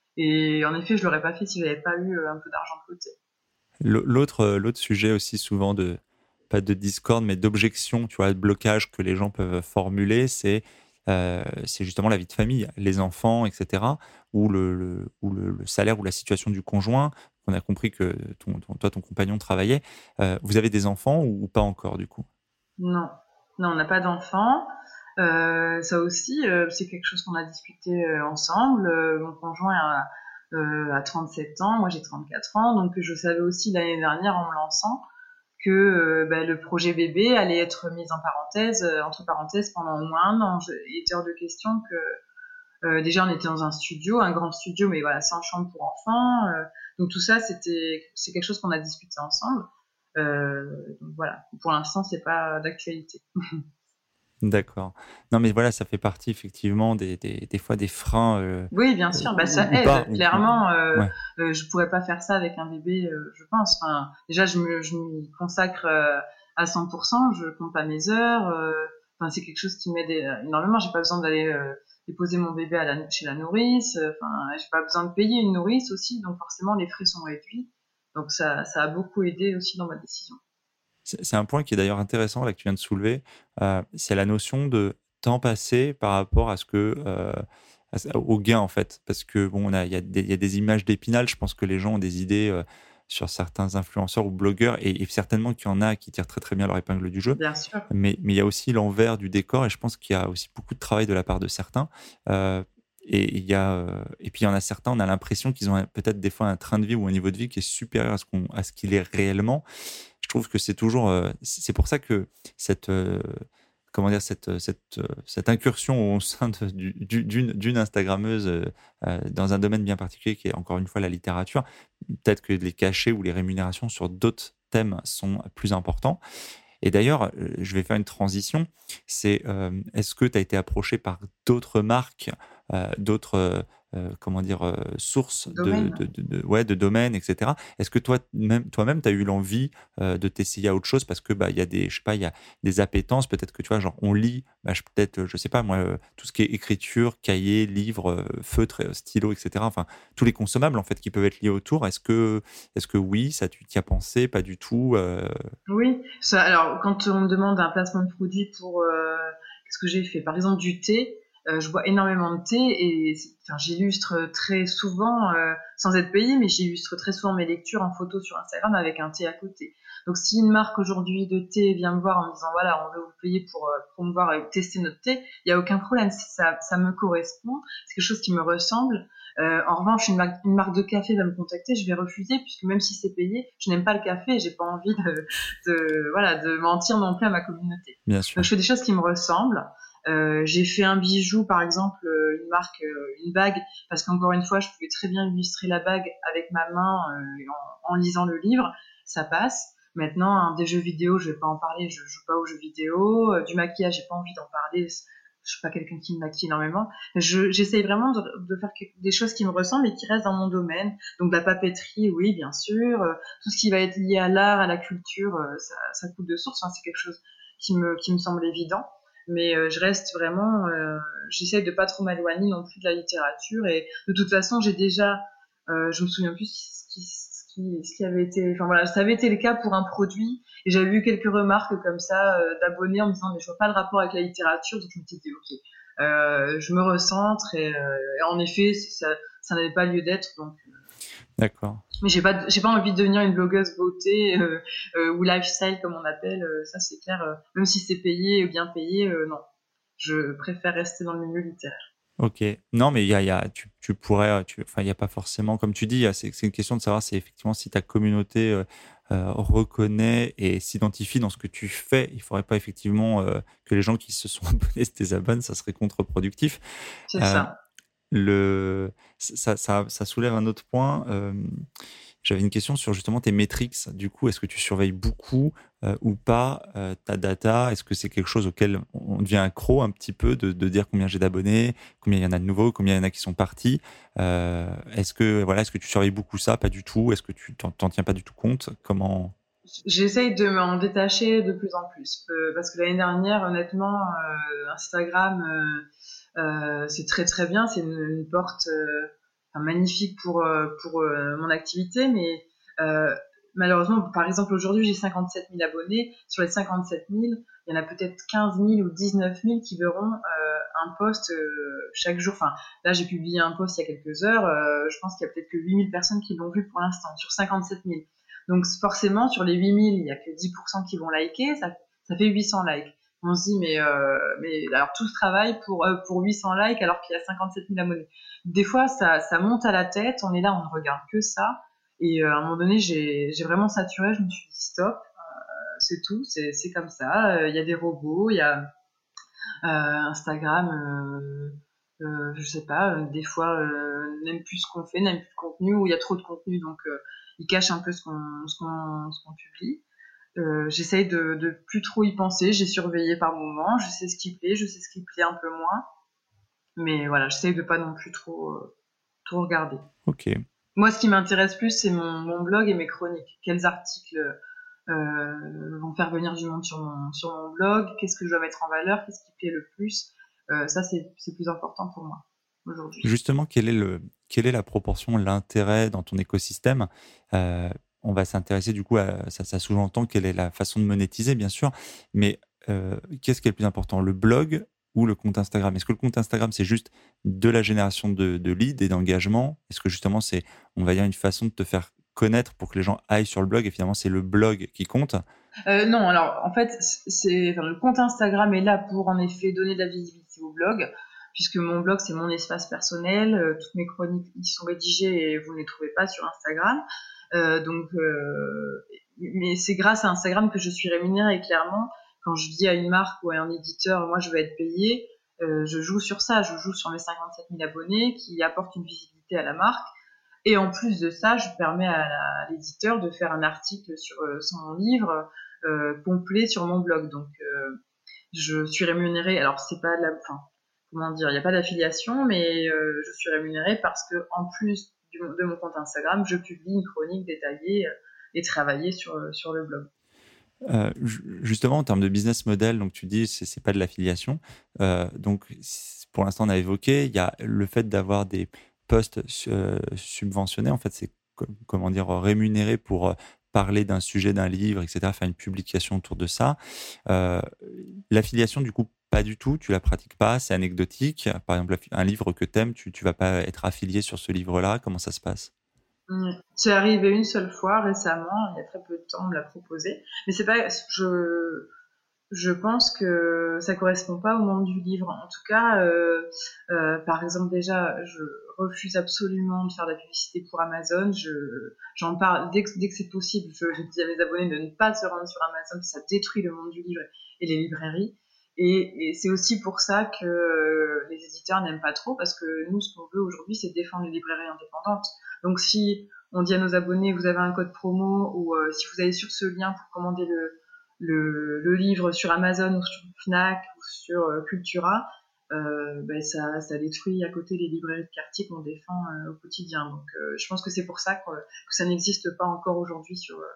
et en effet, je l'aurais pas fait si j'avais pas eu euh, un peu d'argent de côté. L'autre, euh, l'autre sujet aussi souvent de, pas de discorde, mais d'objection, tu vois, de blocage que les gens peuvent formuler, c'est euh, c'est justement la vie de famille, les enfants, et cetera, ou le, le- ou le, le salaire ou la situation du conjoint. On a compris que ton, ton- toi, ton compagnon travaillait. Euh, vous avez des enfants ou, ou pas encore, du coup? Non, non, on n'a pas d'enfant. Euh, ça aussi, euh, c'est quelque chose qu'on a discuté euh, ensemble. Euh, mon conjoint a, euh, a trente-sept ans, moi j'ai trente-quatre ans, donc je savais aussi l'année dernière en me lançant que euh, bah, le projet bébé allait être mis en parenthèse, euh, entre parenthèses pendant au moins un an. Je- il était hors de question que Euh, déjà, on était dans un studio, un grand studio, mais voilà, sans chambre pour enfants. Euh, donc tout ça, c'était, c'est quelque chose qu'on a discuté ensemble. Euh, donc voilà. Pour l'instant, c'est pas d'actualité. D'accord. Non, mais voilà, ça fait partie effectivement des, des, des fois des freins euh, Oui, bien euh, sûr, bah, ça ou, ou pas. aide. Ou, ou- Clairement, euh, ouais, euh, je pourrais pas faire ça avec un bébé, euh, je pense. Enfin, déjà, je me, je m'y consacre euh, à cent pour cent. Je compte pas mes heures. euh, Enfin, c'est quelque chose qui m'aide euh, énormément. J'ai pas besoin d'aller euh, déposer mon bébé à la, chez la nourrice. euh, Enfin, j'ai pas besoin de payer une nourrice aussi, donc forcément les frais sont réduits. Donc ça, ça a beaucoup aidé aussi dans ma décision. c'est c'est un point qui est d'ailleurs intéressant là que tu viens de soulever. Euh, c'est la notion de temps passé par rapport à ce que euh, à ce- au gain en fait, parce que bon, on a il y a des, il y a des images d'Épinal. Je pense que les gens ont des idées euh, sur certains influenceurs ou blogueurs et, et certainement qu'il y en a qui tirent très très bien leur épingle du jeu. Bien sûr. Mais, mais il y a aussi l'envers du décor et je pense qu'il y a aussi beaucoup de travail de la part de certains. Euh, et, il y a, euh, et puis il y en a certains, on a l'impression qu'ils ont un- peut-être des fois un train de vie ou un niveau de vie qui est supérieur à ce qu'on, à ce qu'il est réellement. Je trouve que c'est toujours, euh, c'est pour ça que cette, euh, comment dire, cette, cette, euh, cette incursion au sein de- du- du- d'une, d'une Instagrammeuse euh, euh, dans un domaine bien particulier qui est encore une fois la littérature, peut-être que les cachets ou les rémunérations sur d'autres thèmes sont plus importants. Et d'ailleurs, euh, je vais faire une transition. C'est euh, est-ce que tu as été approché par d'autres marques, euh, d'autres euh, euh, comment dire euh, sources de, Domaine. de, de, de- ouais, de domaines, et cetera. Est-ce que toi même toi-même tu as eu l'envie euh, de t'essayer à autre chose parce que bah il y a des je sais pas il y a des appétences peut-être que tu vois genre on lit bah, je, peut-être euh, je sais pas moi euh, tout ce qui est écriture, cahier, livre, euh, feutre, euh, stylo, et cetera. Enfin tous les consommables en fait qui peuvent être liés autour. Est-ce que est-ce que oui ça tu t'y as pensé pas du tout euh, Oui, ça, alors quand on me demande un placement de produit pour euh, qu'est-ce que j'ai fait? Par exemple du thé, euh, je bois énormément de thé et c'est- enfin, j'illustre très souvent, euh, sans être payée, mais j'illustre très souvent mes lectures en photo sur Instagram avec un thé à côté. Donc si une marque aujourd'hui de thé vient me voir en me disant voilà, on veut vous payer pour euh, promouvoir et tester notre thé, il n'y a aucun problème, ça, ça me correspond, c'est quelque chose qui me ressemble. Euh, en revanche, une marque, une marque de café va me contacter, je vais refuser puisque même si c'est payé, je n'aime pas le café et j'ai pas envie de, de voilà de mentir non plus à ma communauté. bien Donc sûr. je fais des choses qui me ressemblent. Euh, j'ai fait un bijou par exemple, euh, une marque, euh, une bague, parce qu'encore une fois, je pouvais très bien illustrer la bague avec ma main euh, en, en lisant le livre, ça passe. Maintenant, hein, des jeux vidéo, je vais pas en parler, je joue pas aux jeux vidéo. Euh, du maquillage, j'ai pas envie d'en parler. Je suis pas quelqu'un qui me maquille énormément. Je, j'essaye vraiment de, de faire des choses qui me ressemblent et qui restent dans mon domaine. Donc la papeterie, oui, bien sûr. Euh, tout ce qui va être lié à l'art, à la culture, euh, ça, ça coule de source. Enfin, c'est quelque chose qui me, qui me semble évident. Mais euh, je reste vraiment, euh, j'essaie de pas trop m'éloigner non plus de la littérature. Et de toute façon, j'ai déjà, euh, je me souviens plus ce qui, ce qui, ce qui avait été, enfin voilà, ça avait été le cas pour un produit. Et j'avais vu quelques remarques comme ça euh, d'abonnés en me disant mais je vois pas le rapport avec la littérature. Donc je me suis dit ok, euh, je me recentre et, euh, et en effet ça, ça n'avait pas lieu d'être. Donc D'accord. mais j'ai pas, j'ai pas envie de devenir une blogueuse beauté euh, euh, ou lifestyle comme on appelle. Euh, ça c'est clair. Euh, même si c'est payé, bien payé, euh, non. Je préfère rester dans le milieu littéraire. Ok. Non, mais il y a, il y a, tu, tu pourrais, tu, enfin, il n'y a pas forcément, comme tu dis, c'est c'est une question de savoir si effectivement si ta communauté euh, euh, reconnaît et s'identifie dans ce que tu fais. Il faudrait pas effectivement euh, que les gens qui se sont abonnés se désabonnent, ça serait contre-productif. C'est Euh, ça. le, ça, ça, ça soulève un autre point. Euh, j'avais une question sur justement tes métriques. Du coup, est-ce que tu surveilles beaucoup euh, ou pas euh, ta data? Est-ce que c'est quelque chose auquel on devient accro un petit peu de, de dire combien j'ai d'abonnés, combien il y en a de nouveaux, combien il y en a qui sont partis? Euh, est-ce que voilà, est-ce que tu surveilles beaucoup ça? Pas du tout. Est-ce que tu t'en, t'en tiens pas du tout compte? Comment? J'essaye de m'en détacher de plus en plus euh, parce que l'année dernière, honnêtement, euh, Instagram, euh, euh, c'est très très bien, c'est une, une porte euh, enfin, magnifique pour euh, pour euh, mon activité, mais euh, malheureusement, par exemple, aujourd'hui, j'ai cinquante-sept mille abonnés. Sur les cinquante-sept mille, il y en a peut-être quinze mille ou dix-neuf mille qui verront euh, un post euh, chaque jour. Enfin, là, j'ai publié un post il y a quelques heures. Euh, je pense qu'il y a peut-être que huit mille personnes qui l'ont vu pour l'instant sur cinquante-sept mille. Donc forcément, sur les huit mille, il n'y a que dix pour cent qui vont liker, ça, ça fait huit cents likes. On se dit, mais, euh, mais alors tout ce travail pour, euh, pour huit cents likes alors qu'il y a cinquante-sept mille abonnés. Des fois, ça, ça monte à la tête, on est là, on ne regarde que ça. Et euh, à un moment donné, j'ai, j'ai vraiment saturé, je me suis dit, stop, euh, c'est tout, c'est, c'est comme ça. Il euh, y a des robots, il y a euh, Instagram, euh, euh, je sais pas, euh, des fois, euh, n'aime plus ce qu'on fait, n'aime plus le contenu, ou il y a trop de contenu, donc euh, il cache un peu ce qu'on, ce qu'on, ce qu'on publie. Euh, j'essaye de, de plus trop y penser. J'ai surveillé par moments. Je sais ce qui plaît, je sais ce qui plaît un peu moins. Mais voilà, j'essaye de pas non plus trop, euh, trop regarder. Ok. Moi, ce qui m'intéresse plus, c'est mon, mon blog et mes chroniques. Quels articles euh, vont faire venir du monde sur mon, sur mon blog? Qu'est-ce que je dois mettre en valeur? Qu'est-ce qui plaît le plus? euh, Ça, c'est, c'est plus important pour moi aujourd'hui. Justement, quel est le, quelle est la proportion, l'intérêt dans ton écosystème? Euh, on va s'intéresser du coup à ça, ça sous-entend quelle est la façon de monétiser, bien sûr, mais euh, qu'est-ce qui est le plus important, le blog ou le compte Instagram? Est-ce que le compte Instagram, c'est juste de la génération de, de leads et d'engagement? Est-ce que justement, c'est, on va dire, une façon de te faire connaître pour que les gens aillent sur le blog et finalement, c'est le blog qui compte? Euh, non, alors en fait, c'est, enfin, le compte Instagram est là pour en effet donner de la visibilité au blog, puisque mon blog c'est mon espace personnel, euh, toutes mes chroniques y sont rédigées et vous ne les trouvez pas sur Instagram. Euh, donc, euh, mais c'est grâce à Instagram que je suis rémunérée clairement. Quand je dis à une marque ou à un éditeur, moi je veux être payée, euh, je joue sur ça, je joue sur mes cinquante-sept mille abonnés qui apportent une visibilité à la marque. Et en plus de ça, je permets à, la, à l'éditeur de faire un article sur euh, son livre euh, complet sur mon blog. Donc, euh, je suis rémunérée. Alors, c'est pas de la, enfin, comment dire, il n'y a pas d'affiliation, mais euh, je suis rémunérée parce que en plus du, de mon compte Instagram, je publie une chronique détaillée euh, et travaillée sur sur le blog. Euh, justement, en termes de business model, donc tu dis c'est c'est pas de l'affiliation. Euh, donc pour l'instant, on a évoqué, il y a le fait d'avoir des postes euh, subventionnés. En fait, c'est comment dire rémunéré pour euh, parler d'un sujet, d'un livre, et cetera. Faire une publication autour de ça. Euh, l'affiliation, du coup, pas du tout. Tu la pratiques pas. C'est anecdotique. Par exemple, un livre que t'aimes, tu tu vas pas être affilié sur ce livre-là. Comment ça se passe? Mmh. C'est arrivé une seule fois récemment, il y a très peu de temps, on me l'a proposé. Mais c'est pas, je, je pense que ça correspond pas au monde du livre. En tout cas, euh, euh, par exemple, déjà, je refuse absolument de faire de la publicité pour Amazon. Je, j'en parle dès que, dès que c'est possible. Je, je dis à mes abonnés de ne pas se rendre sur Amazon, ça détruit le monde du livre et les librairies. Et, et c'est aussi pour ça que euh, les éditeurs n'aiment pas trop, parce que nous, ce qu'on veut aujourd'hui, c'est défendre les librairies indépendantes. Donc, si on dit à nos abonnés, vous avez un code promo, ou euh, si vous allez sur ce lien pour commander le, le, le livre sur Amazon ou sur Fnac ou sur euh, Cultura, euh, ben ça, ça détruit à côté les librairies de quartier qu'on défend euh, au quotidien. Donc, euh, je pense que c'est pour ça que, que ça n'existe pas encore aujourd'hui sur, euh,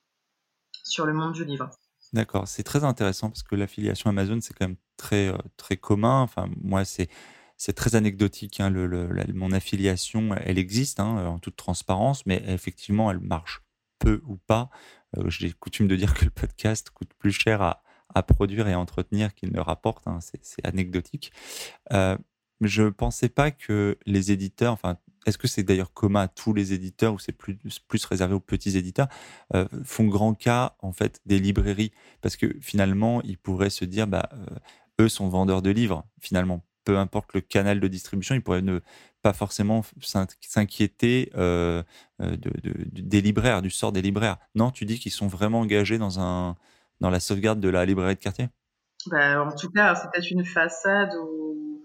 sur le monde du livre. D'accord, c'est très intéressant parce que l'affiliation Amazon, c'est quand même très, heu, très commun. Enfin, moi, c'est c'est très anecdotique, hein, le le la mon affiliation, elle existe, hein, en toute transparence, mais effectivement, elle marche peu ou pas. Heu, j'ai coutume de dire que le podcast coûte plus cher à à produire et à entretenir qu'il ne rapporte, hein, c'est c'est anecdotique. Heu, je pensais pas que les éditeurs, enfin, est-ce que c'est d'ailleurs commun à tous les éditeurs ou c'est plus plus réservé aux petits éditeurs, heu, font grand cas, en fait, des librairies? Parce que finalement, ils pourraient se dire, bah, heu, eux sont vendeurs de livres, finalement. Peu importe le canal de distribution, ils pourraient ne pas forcément f s'in s'inquiéter, heu heu, de de de des libraires, du sort des libraires. Non, tu dis qu'ils sont vraiment engagés dans un dans la sauvegarde de la librairie de quartier? Ben, en tout cas, c'est peut-être une façade ou,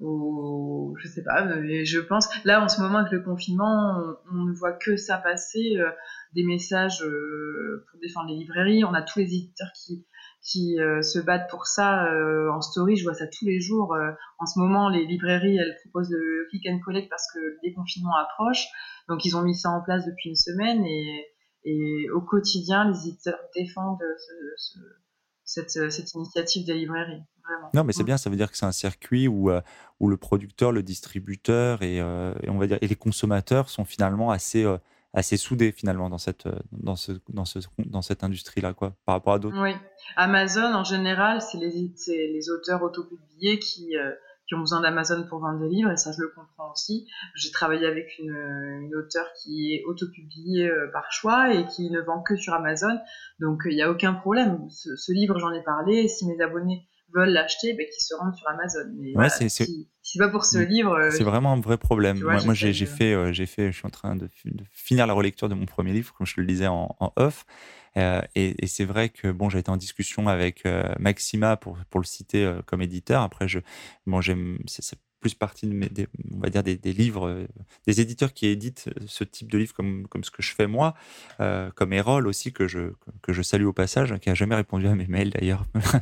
ou je sais pas, mais je pense, là en ce moment avec le confinement, on, on ne voit que ça passer, euh, des messages euh, pour défendre les librairies. On a tous les éditeurs qui, qui euh, se battent pour ça euh, en story, je vois ça tous les jours. Euh, en ce moment, les librairies, elles proposent le click and collect parce que le déconfinement approche. Donc ils ont mis ça en place depuis une semaine et, et au quotidien, les éditeurs défendent ce, ce cette, cette initiative des librairies, vraiment. Non, mais c'est Mm. bien, ça veut dire que c'est un circuit où, heu, où le producteur, le distributeur et heu, et on va dire et les consommateurs sont finalement assez, heu, assez soudés finalement dans cette, heu, dans ce dans ce dans cette industrie-là, quoi, par rapport à d'autres. Oui. Amazon, en général, c'est les, c'est les auteurs autopubliés qui, euh, qui ont besoin d'Amazon pour vendre des livres, et ça, je le comprends aussi. J'ai travaillé avec une, une auteure qui est autopubliée euh, par choix et qui ne vend que sur Amazon, donc il n'y a aucun problème. Ce, ce livre, j'en ai parlé, et si mes abonnés veulent l'acheter, ben, qu'ils se rendent sur Amazon. Mais Ouais, voilà, c'est c'est si, si c'est pas pour ce mmh, livre, euh, c'est vraiment un vrai problème. tu vois, Moi moi, j'ai j'essaye j'ai de... fait, heu, j'ai fait je suis en train de fi de finir la relecture de mon premier livre, comme je te le disais en en off, heu et et c'est vrai que bon, j'ai été en discussion avec, heu, Maxima pour pour le citer, heu, comme éditeur. Après je bon, j'aime c'est c'est plus partie de mes, des, on va dire des, des livres, euh, des éditeurs qui éditent ce type de livre comme, comme ce que je fais moi, euh, comme Erol aussi, que je, que je salue au passage, qui a jamais répondu à mes mails d'ailleurs.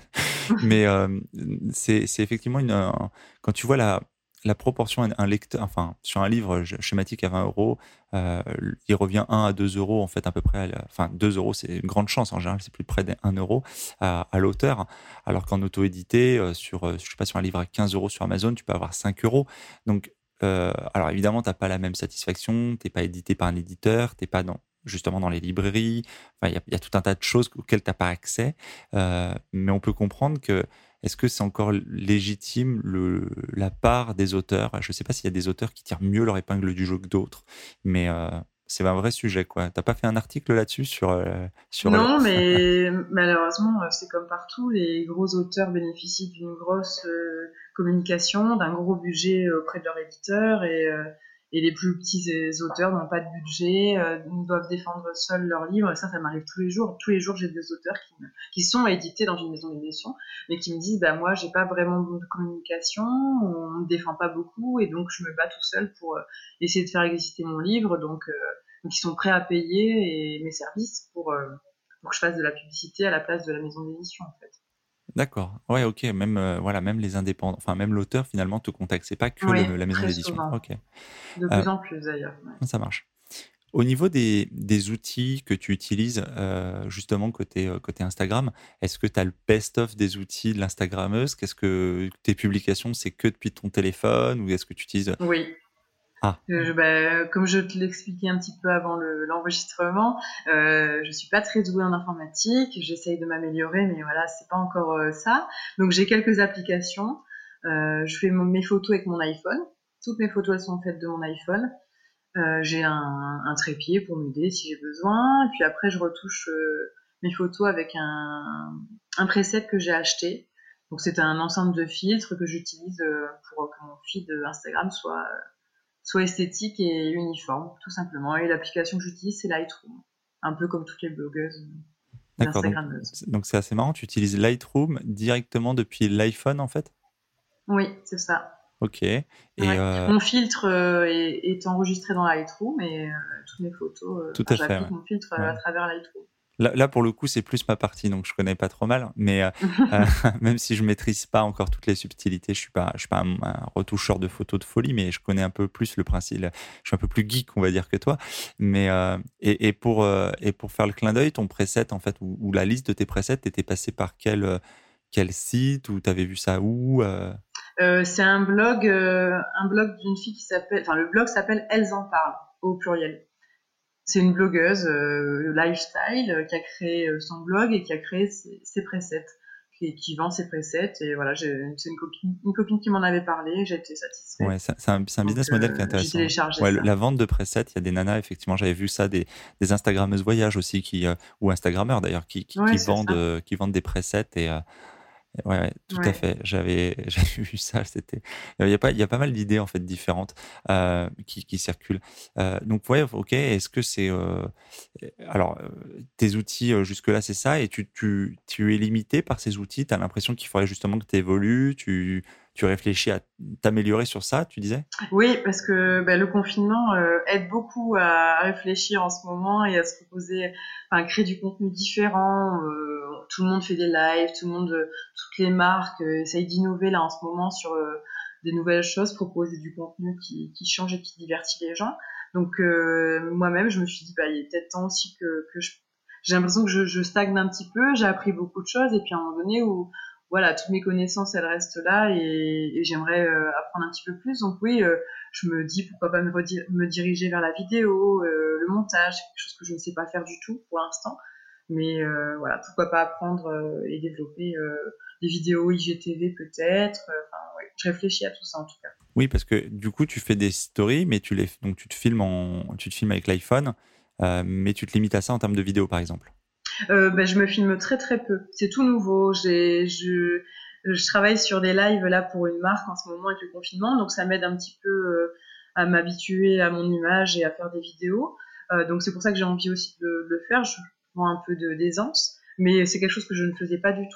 Mais euh, c'est, c'est effectivement une, un- quand tu vois la, la proportion, un, un lecteur, enfin, sur un livre schématique à vingt euros, euh, il revient un à deux euros, en fait, à peu près, à la- enfin, deux euros, c'est une grande chance, en général, c'est plus près d'un euro à, à l'auteur, alors qu'en auto-édité, euh, sur, euh, je sais pas, sur un livre à quinze euros sur Amazon, tu peux avoir cinq euros. Donc, euh, alors évidemment, t'as pas la même satisfaction, t'es pas édité par un éditeur, t'es pas dans, justement dans les librairies, enfin, il y a, il y a tout un tas de choses auxquelles t'as pas accès, euh, mais on peut comprendre que est-ce que c'est encore légitime le, la part des auteurs? Je ne sais pas s'il y a des auteurs qui tirent mieux leur épingle du jeu que d'autres, mais euh, c'est un vrai sujet, quoi. T'as pas fait un article là-dessus sur, euh, sur le... Non, mais malheureusement, euh, c'est comme partout, les gros auteurs bénéficient d'une grosse euh, communication, d'un gros budget euh, auprès de leur éditeur, et, euh, et les plus petits euh, auteurs n'ont pas de budget, euh, doivent défendre seuls leurs livres, et ça, ça m'arrive tous les jours. Tous les jours, j'ai des auteurs qui, me- qui sont édités dans une maison d'édition, mais qui me disent, bah moi, j'ai pas vraiment de communication, on me défend pas beaucoup, et donc je me bats tout seul pour euh, essayer de faire exister mon livre, donc, euh, donc ils sont prêts à payer et mes services pour euh, pour que je fasse de la publicité à la place de la maison d'édition, en fait. D'accord. Ouais, ok. Même, euh, voilà, même les indépendants, enfin, même l'auteur, finalement, te contacte. C'est pas que Oui, le- la maison très d'édition. souvent. Ok. De Euh, plus en plus, d'ailleurs. Ouais. ça marche. Au niveau des, des outils que tu utilises, euh, justement, côté, euh, côté Instagram, est-ce que tu as le best-of des outils de l'Instagrammeuse? Qu'est-ce que tes publications, c'est que depuis ton téléphone ou est-ce que tu utilises... Oui. Ah, Euh, bah, comme je te l'expliquais un petit peu avant le- l'enregistrement, euh, je suis pas très douée en informatique. J'essaye de m'améliorer, mais voilà, c'est pas encore euh, ça. Donc j'ai quelques applications. Euh, je fais mon- mes photos avec mon iPhone. Toutes mes photos elles sont faites de mon iPhone. Euh, j'ai un, un trépied pour m'aider si j'ai besoin. Et puis après, je retouche euh, mes photos avec un, un preset que j'ai acheté. Donc c'est un ensemble de filtres que j'utilise euh, pour que mon feed Instagram soit, soit esthétique et uniforme, tout simplement. Et l'application que j'utilise, c'est Lightroom. Un peu comme toutes les blogueuses et d'accord. Donc, Instagrammeuses. donc c'est assez marrant. Tu utilises Lightroom directement depuis l'iPhone, en fait? Oui, c'est ça. Ok. Et Ouais. euh, Mon filtre euh, est, est enregistré dans Lightroom et euh, toutes mes photos, euh, tout enfin, à fait, j'applique ouais. mon filtre euh, à Ouais. travers Lightroom. Là, là, pour le coup, c'est plus ma partie, donc je connais pas trop mal. Mais euh, euh, même si je maîtrise pas encore toutes les subtilités, je suis pas, je suis pas un, un retoucheur de photos de folie, mais je connais un peu plus le principe. Je suis un peu plus geek, on va dire, que toi. Mais euh, et, et pour euh, et pour faire le clin d'œil, ton preset, en fait, ou, ou la liste de tes presets, t'étais passé par quel euh, quel site ou t'avais vu ça où euh Euh, c'est un blog, euh, un blog d'une fille qui s'appelle, enfin le blog s'appelle Elles en parlent au pluriel. C'est une blogueuse euh, lifestyle euh, qui a créé euh, son blog et qui a créé ses, ses presets, qui, qui vend ses presets. Et voilà, j'ai, c'est une copine, une copine qui m'en avait parlé, j'ai été Ouais, satisfaite. c'est c'est un, c'est un Donc business model qui est euh, j'ai intéressant. téléchargé Ouais, le- ça. la vente de presets, il y a des nanas, effectivement, j'avais vu ça, des, des Instagrammeuses voyage aussi, qui, euh, ou Instagrammeurs d'ailleurs, qui, qui, Ouais, qui c'est vendent, ça. euh, qui vendent des presets et, euh, ouais, ouais, tout à Ouais. fait. J'avais, j'avais vu ça. C'était, il y a pas, il y a pas mal d'idées en fait différentes euh, qui, qui circulent. Euh, donc ouais, ok. Est-ce que c'est, euh, alors, euh, tes outils euh, jusque-là, c'est ça, et tu, tu, tu es limité par ces outils. Tu as l'impression qu'il faudrait justement que tu évolues. Tu, tu réfléchis à t'améliorer sur ça. Tu disais? Oui, parce que bah, le confinement euh, aide beaucoup à réfléchir en ce moment et à se proposer, enfin, créer du contenu différent. Euh, tout le monde fait des lives, tout le monde, euh, toutes les marques euh, essayent d'innover là en ce moment sur euh, des nouvelles choses, proposer du contenu qui, qui change et qui divertit les gens. Donc euh, moi-même, je me suis dit, bah, il est peut-être temps aussi que, que je... J'ai l'impression que je, je stagne un petit peu, j'ai appris beaucoup de choses et puis à un moment donné où voilà, toutes mes connaissances, elles restent là et, et j'aimerais euh, apprendre un petit peu plus. Donc oui, euh, je me dis pourquoi pas me, redi- me diriger vers la vidéo, euh, le montage, quelque chose que je ne sais pas faire du tout pour l'instant. Mais euh, voilà, pourquoi pas apprendre euh, et développer euh, des vidéos I G T V peut-être. Euh, Enfin, ouais, je réfléchis à tout ça en tout cas. Oui, parce que du coup, tu fais des stories, mais tu les, donc tu te filmes en, tu te filmes avec l'iPhone, euh, mais tu te limites à ça en termes de vidéo, par exemple. Euh, ben, je me filme très très peu. C'est tout nouveau. J'ai, je, je travaille sur des lives là pour une marque en ce moment avec le confinement, donc ça m'aide un petit peu euh, à m'habituer à mon image et à faire des vidéos. Euh, donc c'est pour ça que j'ai envie aussi de, de le faire. Je prends un peu de d'aisance, mais c'est quelque chose que je ne faisais pas du tout du tout.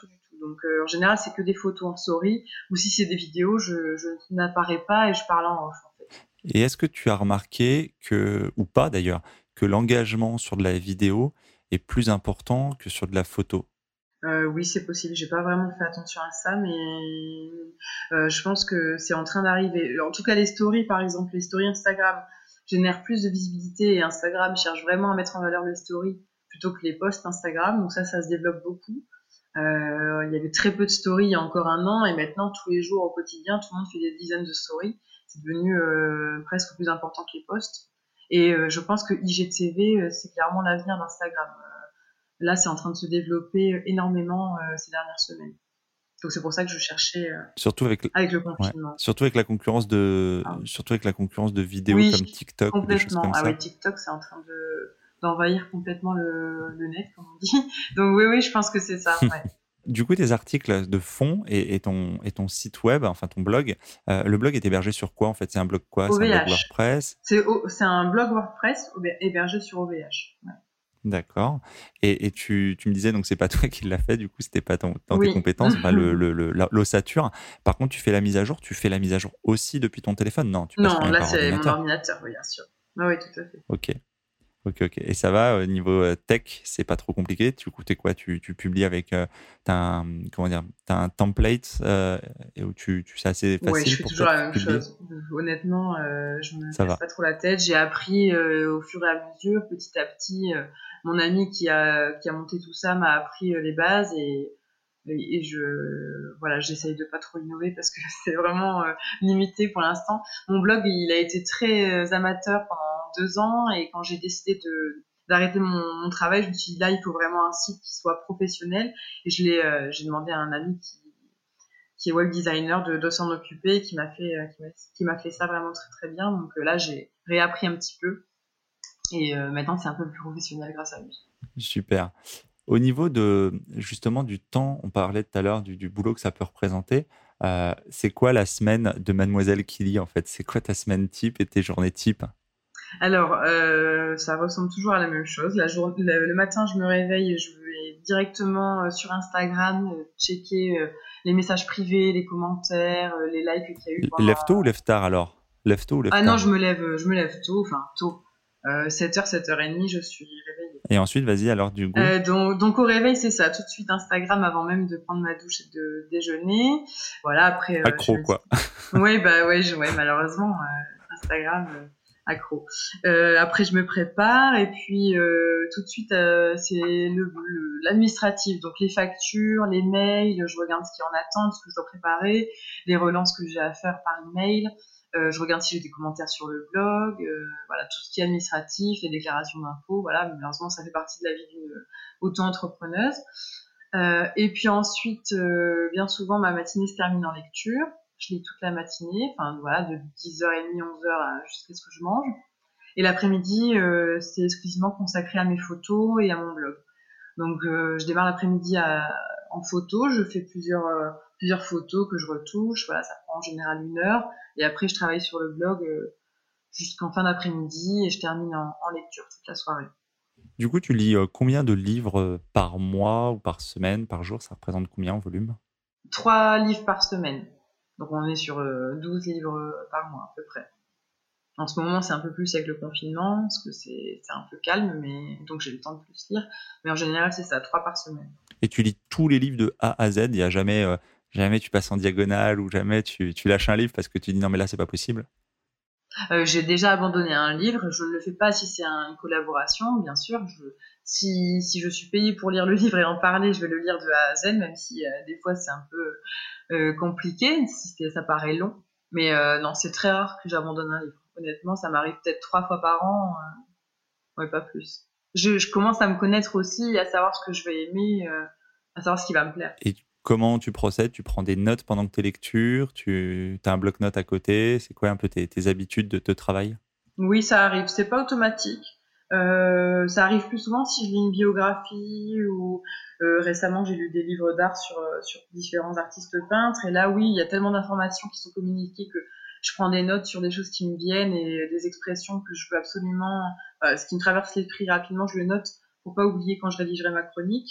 Donc euh, en général, c'est que des photos en story, ou si c'est des vidéos, je, je n'apparais pas et je parle en off. En fait. Et est-ce que tu as remarqué que, ou pas d'ailleurs, que l'engagement sur de la vidéo est plus important que sur de la photo? Euh, oui, c'est possible. J'ai pas vraiment fait attention à ça, mais euh, je pense que c'est en train d'arriver. En tout cas, les stories, par exemple, les stories Instagram génèrent plus de visibilité et Instagram cherche vraiment à mettre en valeur les stories plutôt que les posts Instagram. Donc ça, ça se développe beaucoup. Euh, il y avait très peu de stories il y a encore un an et maintenant, tous les jours au quotidien, tout le monde fait des dizaines de stories. C'est devenu euh, presque plus important que les posts. Et euh, je pense que I G T V, euh, c'est clairement l'avenir d'Instagram. Là, c'est en train de se développer énormément euh, ces dernières semaines. Donc c'est pour ça que je cherchais euh, Surtout avec, avec le ouais, confinement. surtout avec la concurrence de, Ah. surtout avec la concurrence de vidéos Oui, comme TikTok ou des choses complètement. comme Ah ça. oui, TikTok, c'est en train de d'envahir complètement le, le net, comme on dit. Donc oui, oui, je pense que c'est ça. Ouais. Du coup, tes articles de fond et, et, ton, et ton site web, enfin ton blog, euh, le blog est hébergé sur quoi en fait? C'est un blog quoi? C'est un blog O V H. WordPress? C'est, o- c'est un blog WordPress hébergé sur O V H. Ouais. D'accord. Et, et tu, tu me disais, donc c'est pas toi qui l'as fait, du coup, c'était pas ton- dans tes Oui. compétences, enfin, le, le, le- la- l'ossature. Par contre, tu fais la mise à jour, tu fais la mise à jour aussi depuis ton téléphone? Non, tu passes quand Non, même là, par c'est mon ordinateur. ordinateur, oui, bien sûr. Ah oui, tout à fait. Ok. Ok, ok. Et ça va, au niveau euh, tech, c'est pas trop compliqué. Tu écoutes quoi? Tu, tu publies avec, euh, t'as un, comment dire, t'as un template euh, et où tu, tu, c'est assez Ouais, je facile fais pour toujours toi de la même publier? chose. Honnêtement, euh, je me Ça casse va. pas trop la tête. J'ai appris euh, au fur et à mesure, petit à petit. Euh, mon ami qui a qui a monté tout ça m'a appris euh, les bases et et, et je voilà, j'essaye de pas trop innover parce que c'est vraiment euh, limité pour l'instant. Mon blog, il a été très euh, amateur pendant deux ans et quand j'ai décidé de d'arrêter mon, mon travail, je me suis dit là, il faut vraiment un site qui soit professionnel et je l'ai euh, j'ai demandé à un ami qui qui est web designer de, de s'en occuper, qui m'a fait, euh, qui m'a, qui m'a fait ça vraiment très très bien. Donc euh, là, j'ai réappris un petit peu et euh, maintenant c'est un peu plus professionnel grâce à lui. Super. Au niveau de justement du temps, on parlait tout à l'heure du, du boulot que ça peut représenter. Euh, c'est quoi la semaine de Mademoiselle Killy en fait? C'est quoi ta semaine type et tes journées type? Alors, euh, ça ressemble toujours à la même chose. La jour, le, le matin, je me réveille et je vais directement euh, sur Instagram euh, checker euh, les messages privés, les commentaires, euh, les likes qu'il y a eu pendant. Lève tôt ou lève tard alors? Lève tôt ou lève Ah non, tard? je me lève, je me lève tôt, enfin tôt. Euh, sept heures, sept heures trente, je suis réveillée. Et ensuite, vas-y alors du coup. Euh, donc, donc au réveil, c'est ça, tout de suite Instagram avant même de prendre ma douche et de déjeuner. Voilà, après, euh, je Accro me dis. quoi. Oui, bah ouais, je, ouais malheureusement, euh, Instagram, euh, accro. Euh, après, je me prépare et puis euh, tout de suite, euh, c'est le, le- l'administratif, donc les factures, les mails, je regarde ce qui en attend, ce que je dois préparer, les relances que j'ai à faire par email. Euh, je regarde si j'ai des commentaires sur le blog, euh, voilà, tout ce qui est administratif, les déclarations d'impôts, voilà, malheureusement, ça fait partie de la vie d'une auto-entrepreneuse. Euh, et puis ensuite, euh, bien souvent, ma matinée se termine en lecture. Je lis toute la matinée, enfin voilà, de dix heures trente, onze heures jusqu'à ce que je mange. Et l'après-midi, euh, c'est exclusivement consacré à mes photos et à mon blog. Donc euh, je démarre l'après-midi à, en photo, je fais plusieurs, euh, plusieurs photos que je retouche, voilà, ça prend en général une heure. Et après, je travaille sur le blog euh, jusqu'en fin d'après-midi et je termine en, en lecture toute la soirée. Du coup, tu lis euh, combien de livres euh, par mois ou par semaine, par jour? Ça représente combien en volume? Trois livres par semaine. Donc on est sur euh, douze livres par mois à peu près. En ce moment, c'est un peu plus avec le confinement, parce que c'est, c'est un peu calme, mais donc j'ai le temps de plus lire. Mais en général, c'est ça, trois par semaine. Et tu lis tous les livres de A à Z. Il y a jamais, euh, jamais tu passes en diagonale ou jamais tu, tu lâches un livre parce que tu dis non mais là c'est pas possible. Euh, j'ai déjà abandonné un livre, je ne le fais pas si c'est un- une collaboration, bien sûr. Je, si, si je suis payée pour lire le livre et en parler, je vais le lire de A à Z, même si euh, des fois c'est un peu euh, compliqué, si c'est- ça paraît long. Mais euh, non, c'est très rare que j'abandonne un livre. Honnêtement, ça m'arrive peut-être trois fois par an, euh, ouais, pas plus. Je, je commence à me connaître aussi, à savoir ce que je vais aimer, euh, à savoir ce qui va me plaire. Et comment tu procèdes? Tu prends des notes pendant que tu lectures? Tu as un bloc-notes à côté? C'est quoi un peu tes, tes habitudes de, de travail? Oui, ça arrive. C'est pas automatique. Euh, ça arrive plus souvent si je lis une biographie ou euh, récemment j'ai lu des livres d'art sur, euh, sur différents artistes peintres. Et là, oui, il y a tellement d'informations qui sont communiquées que je prends des notes sur des choses qui me viennent et des expressions que je veux absolument, euh, ce qui me traverse l'esprit rapidement, je le note pour pas oublier quand je rédigerai ma chronique.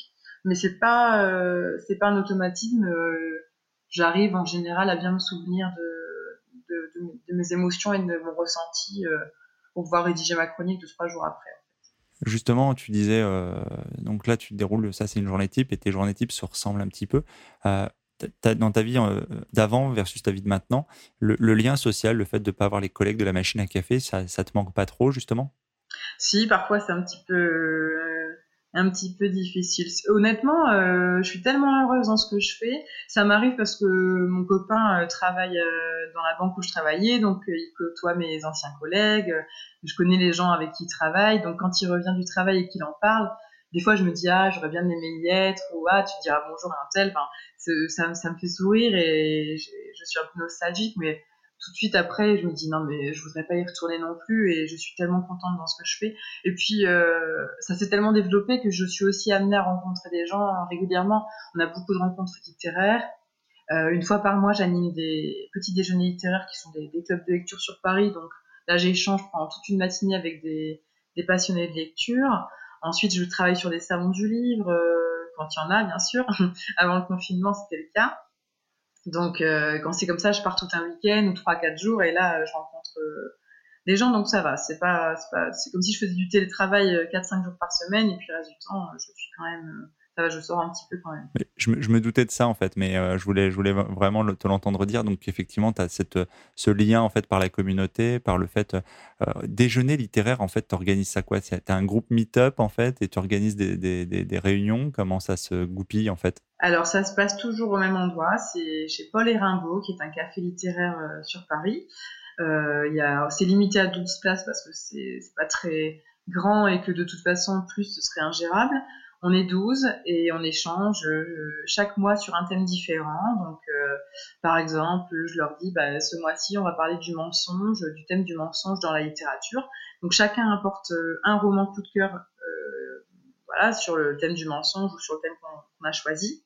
mais c'est pas, euh, c'est pas un automatisme. euh, J'arrive en général à bien me souvenir de, de, de, de mes émotions et de mon ressenti euh, pour pouvoir rédiger ma chronique deux, trois jours après. Justement, tu disais, euh, donc là, tu te déroules, ça c'est une journée type, et tes journées types se ressemblent un petit peu. Euh, t'as- dans ta vie euh, d'avant versus ta vie de maintenant, le, le lien social, le fait de ne pas avoir les collègues de la machine à café, ça, ça te manque pas trop, justement? Si, parfois c'est un petit peu, euh, un petit peu difficile. Honnêtement, euh, je suis tellement heureuse dans ce que je fais. Ça m'arrive parce que mon copain euh, travaille euh, dans la banque où je travaillais, donc euh, il côtoie mes anciens collègues. euh, Je connais les gens avec qui il travaille, donc quand il revient du travail et qu'il en parle, des fois je me dis ah j'aurais bien aimé y être ou ah tu diras bonjour à un tel. Enfin, c'est- ça, me- ça me fait sourire et je, je suis un peu nostalgique, mais tout de suite après, je me dis non mais je voudrais pas y retourner non plus et je suis tellement contente dans ce que je fais. Et puis euh, ça s'est tellement développé que je suis aussi amenée à rencontrer des gens régulièrement. On a beaucoup de rencontres littéraires. Euh, une fois par mois, j'anime des petits déjeuners littéraires qui sont des, des clubs de lecture sur Paris. Donc là, j'échange pendant toute une matinée avec des, des passionnés de lecture. Ensuite, je travaille sur des salons du livre, euh, quand il y en a, bien sûr. Avant le confinement, c'était le cas. Donc, euh, quand c'est comme ça, je pars tout un week-end ou trois, quatre jours et là, euh, je rencontre euh, des gens, donc ça va. C'est pas, c'est pas, c'est comme si je faisais du télétravail euh, quatre, cinq jours par semaine et puis le reste du temps, euh, je suis quand même, euh, ça va, je sors un petit peu quand même. Mais Je me, je me doutais de ça en fait, mais euh, je voulais, je voulais vraiment le- te l'entendre dire. Donc effectivement, tu as cette, ce lien en fait par la communauté, par le fait euh, déjeuner littéraire. En fait, tu organises ça quoi? Tu as un groupe meet-up en fait et tu organises des, des, des, des réunions. Comment ça se goupille en fait? Alors, ça se passe toujours au même endroit. C'est chez Paul et Rimbaud, qui est un café littéraire euh, sur Paris. Euh, il y a, c'est limité à douze places parce que c'est, c'est pas très grand et que de toute façon, plus ce serait ingérable. On est douze et on échange euh, chaque mois sur un thème différent. Donc, euh, par exemple, je leur dis, bah, ce mois-ci, on va parler du mensonge, du thème du mensonge dans la littérature. Donc, chacun apporte euh, un roman coup de cœur, euh, voilà, sur le thème du mensonge ou sur le thème qu'on, qu'on a choisi.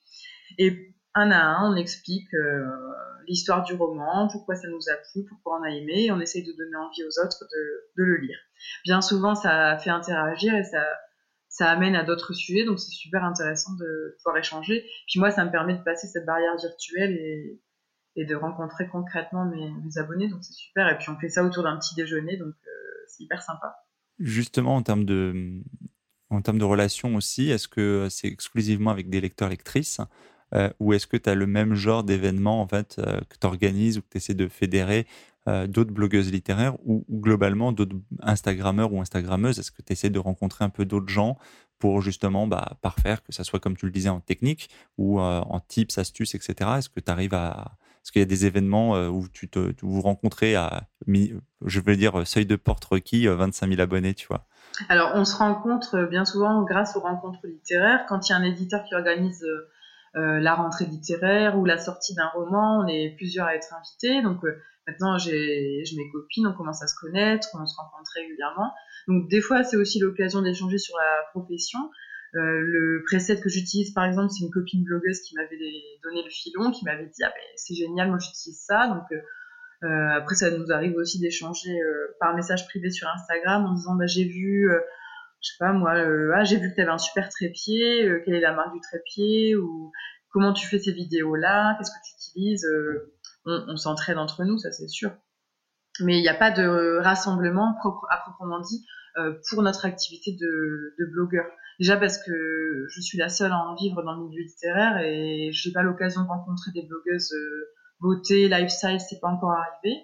Et un à un, on explique euh, l'histoire du roman, pourquoi ça nous a plu, pourquoi on a aimé, et on essaye de donner envie aux autres de, de le lire. Bien souvent, ça fait interagir et ça, ça amène à d'autres sujets, donc c'est super intéressant de pouvoir échanger. Puis moi, ça me permet de passer cette barrière virtuelle et, et de rencontrer concrètement mes, mes abonnés, donc c'est super. Et puis on fait ça autour d'un petit déjeuner, donc euh, c'est hyper sympa. Justement, en termes de, en termes de relations aussi, est-ce que c'est exclusivement avec des lecteurs-lectrices euh, ou est-ce que tu as le même genre d'événement en fait, euh, que tu organises ou que tu essaies de fédérer euh, d'autres blogueuses littéraires ou, ou globalement d'autres Instagrammeurs ou Instagrammeuses? Est-ce que tu essaies de rencontrer un peu d'autres gens pour justement bah, parfaire, que ça soit comme tu le disais en technique ou euh, en tips, astuces, et cetera. Est-ce que tu arrives à... Est-ce qu'il y a des événements euh, où tu te, où vous rencontrez à, mi- je veux dire, seuil de porte requis, euh, vingt-cinq mille abonnés, tu vois? Alors, on se rencontre bien souvent grâce aux rencontres littéraires. Quand il y a un éditeur qui organise euh, euh, la rentrée littéraire ou la sortie d'un roman, on est plusieurs à être invités. Donc euh, maintenant, j'ai, j'ai mes copines, on commence à se connaître, on se rencontre régulièrement. Donc des fois, c'est aussi l'occasion d'échanger sur la profession. Euh, le preset que j'utilise, par exemple, c'est une copine blogueuse qui m'avait donné le filon, qui m'avait dit ah ben c'est génial, moi j'utilise ça. Donc euh, euh, après, ça nous arrive aussi d'échanger euh, par message privé sur Instagram en disant bah, j'ai vu, euh, je sais pas moi, euh, ah, j'ai vu que tu avais un super trépied, euh, quelle est la marque du trépied ou comment tu fais ces vidéos-là, qu'est-ce que tu utilises. euh, on, on s'entraide entre nous, ça c'est sûr. Mais il n'y a pas de rassemblement propre, à proprement dit euh, pour notre activité de, de blogueur. Déjà parce que je suis la seule à en vivre dans le milieu littéraire et j'ai pas l'occasion de rencontrer des blogueuses euh, beauté, lifestyle, c'est pas encore arrivé.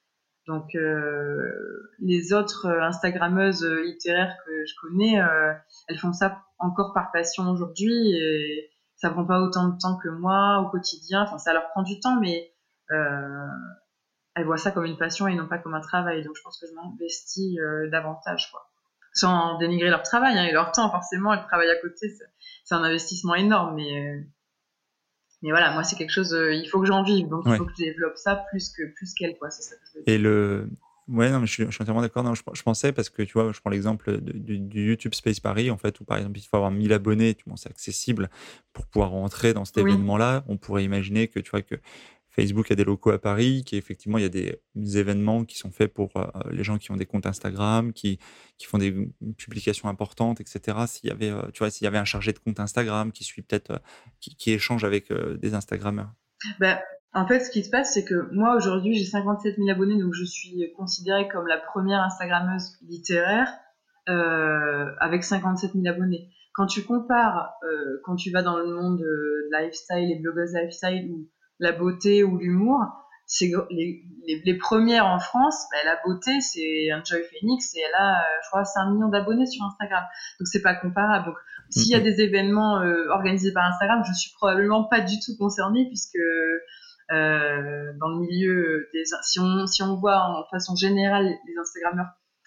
Donc euh, les autres euh, Instagrammeuses euh, littéraires que je connais, euh, elles font ça encore par passion aujourd'hui et ça prend pas autant de temps que moi au quotidien. Enfin, ça leur prend du temps, mais euh, elles voient ça comme une passion et non pas comme un travail. Donc je pense que je m'investis euh, davantage, quoi. Sans dénigrer leur travail hein, et leur temps, forcément, elles travaillent à côté, c'est, c'est un investissement énorme, mais euh, mais voilà, moi c'est quelque chose, euh, il faut que j'en vive, donc il Ouais. faut que je développe ça plus que plus qu'elle, quoi. C'est ça que je veux Et dire. le. Ouais, non, mais je suis, je suis entièrement d'accord. Non, je, je pensais parce que tu vois, je prends l'exemple de- du, du YouTube Space Paris, en fait, où par exemple, il faut avoir mille abonnés, tu vois, c'est accessible pour pouvoir rentrer dans cet Oui. événement-là. On pourrait imaginer que, tu vois, que Facebook a des locaux à Paris, qu'effectivement, il y a des, des événements qui sont faits pour euh, les gens qui ont des comptes Instagram, qui, qui font des publications importantes, et cetera. S'il y avait, euh, tu vois, s'il y avait un chargé de compte Instagram qui suit peut-être, euh, qui, qui échange avec euh, des Instagrammeurs. Ben, en fait, ce qui se passe, c'est que moi, aujourd'hui, j'ai cinquante-sept mille abonnés, donc je suis considérée comme la première Instagrammeuse littéraire euh, avec cinquante-sept mille abonnés. Quand tu compares, euh, quand tu vas dans le monde de lifestyle, les blogueuses lifestyle, ou la beauté ou l'humour, c'est les, les, les premières en France, ben, la beauté, c'est un Joy Phoenix, et elle a, euh, je crois, cinq millions d'abonnés sur Instagram. Donc, c'est pas comparable. Donc, s'il y a des événements euh, organisés par Instagram, je suis probablement pas du tout concernée, puisque euh, dans le milieu des, si on, si on voit en façon générale les Instagrammeurs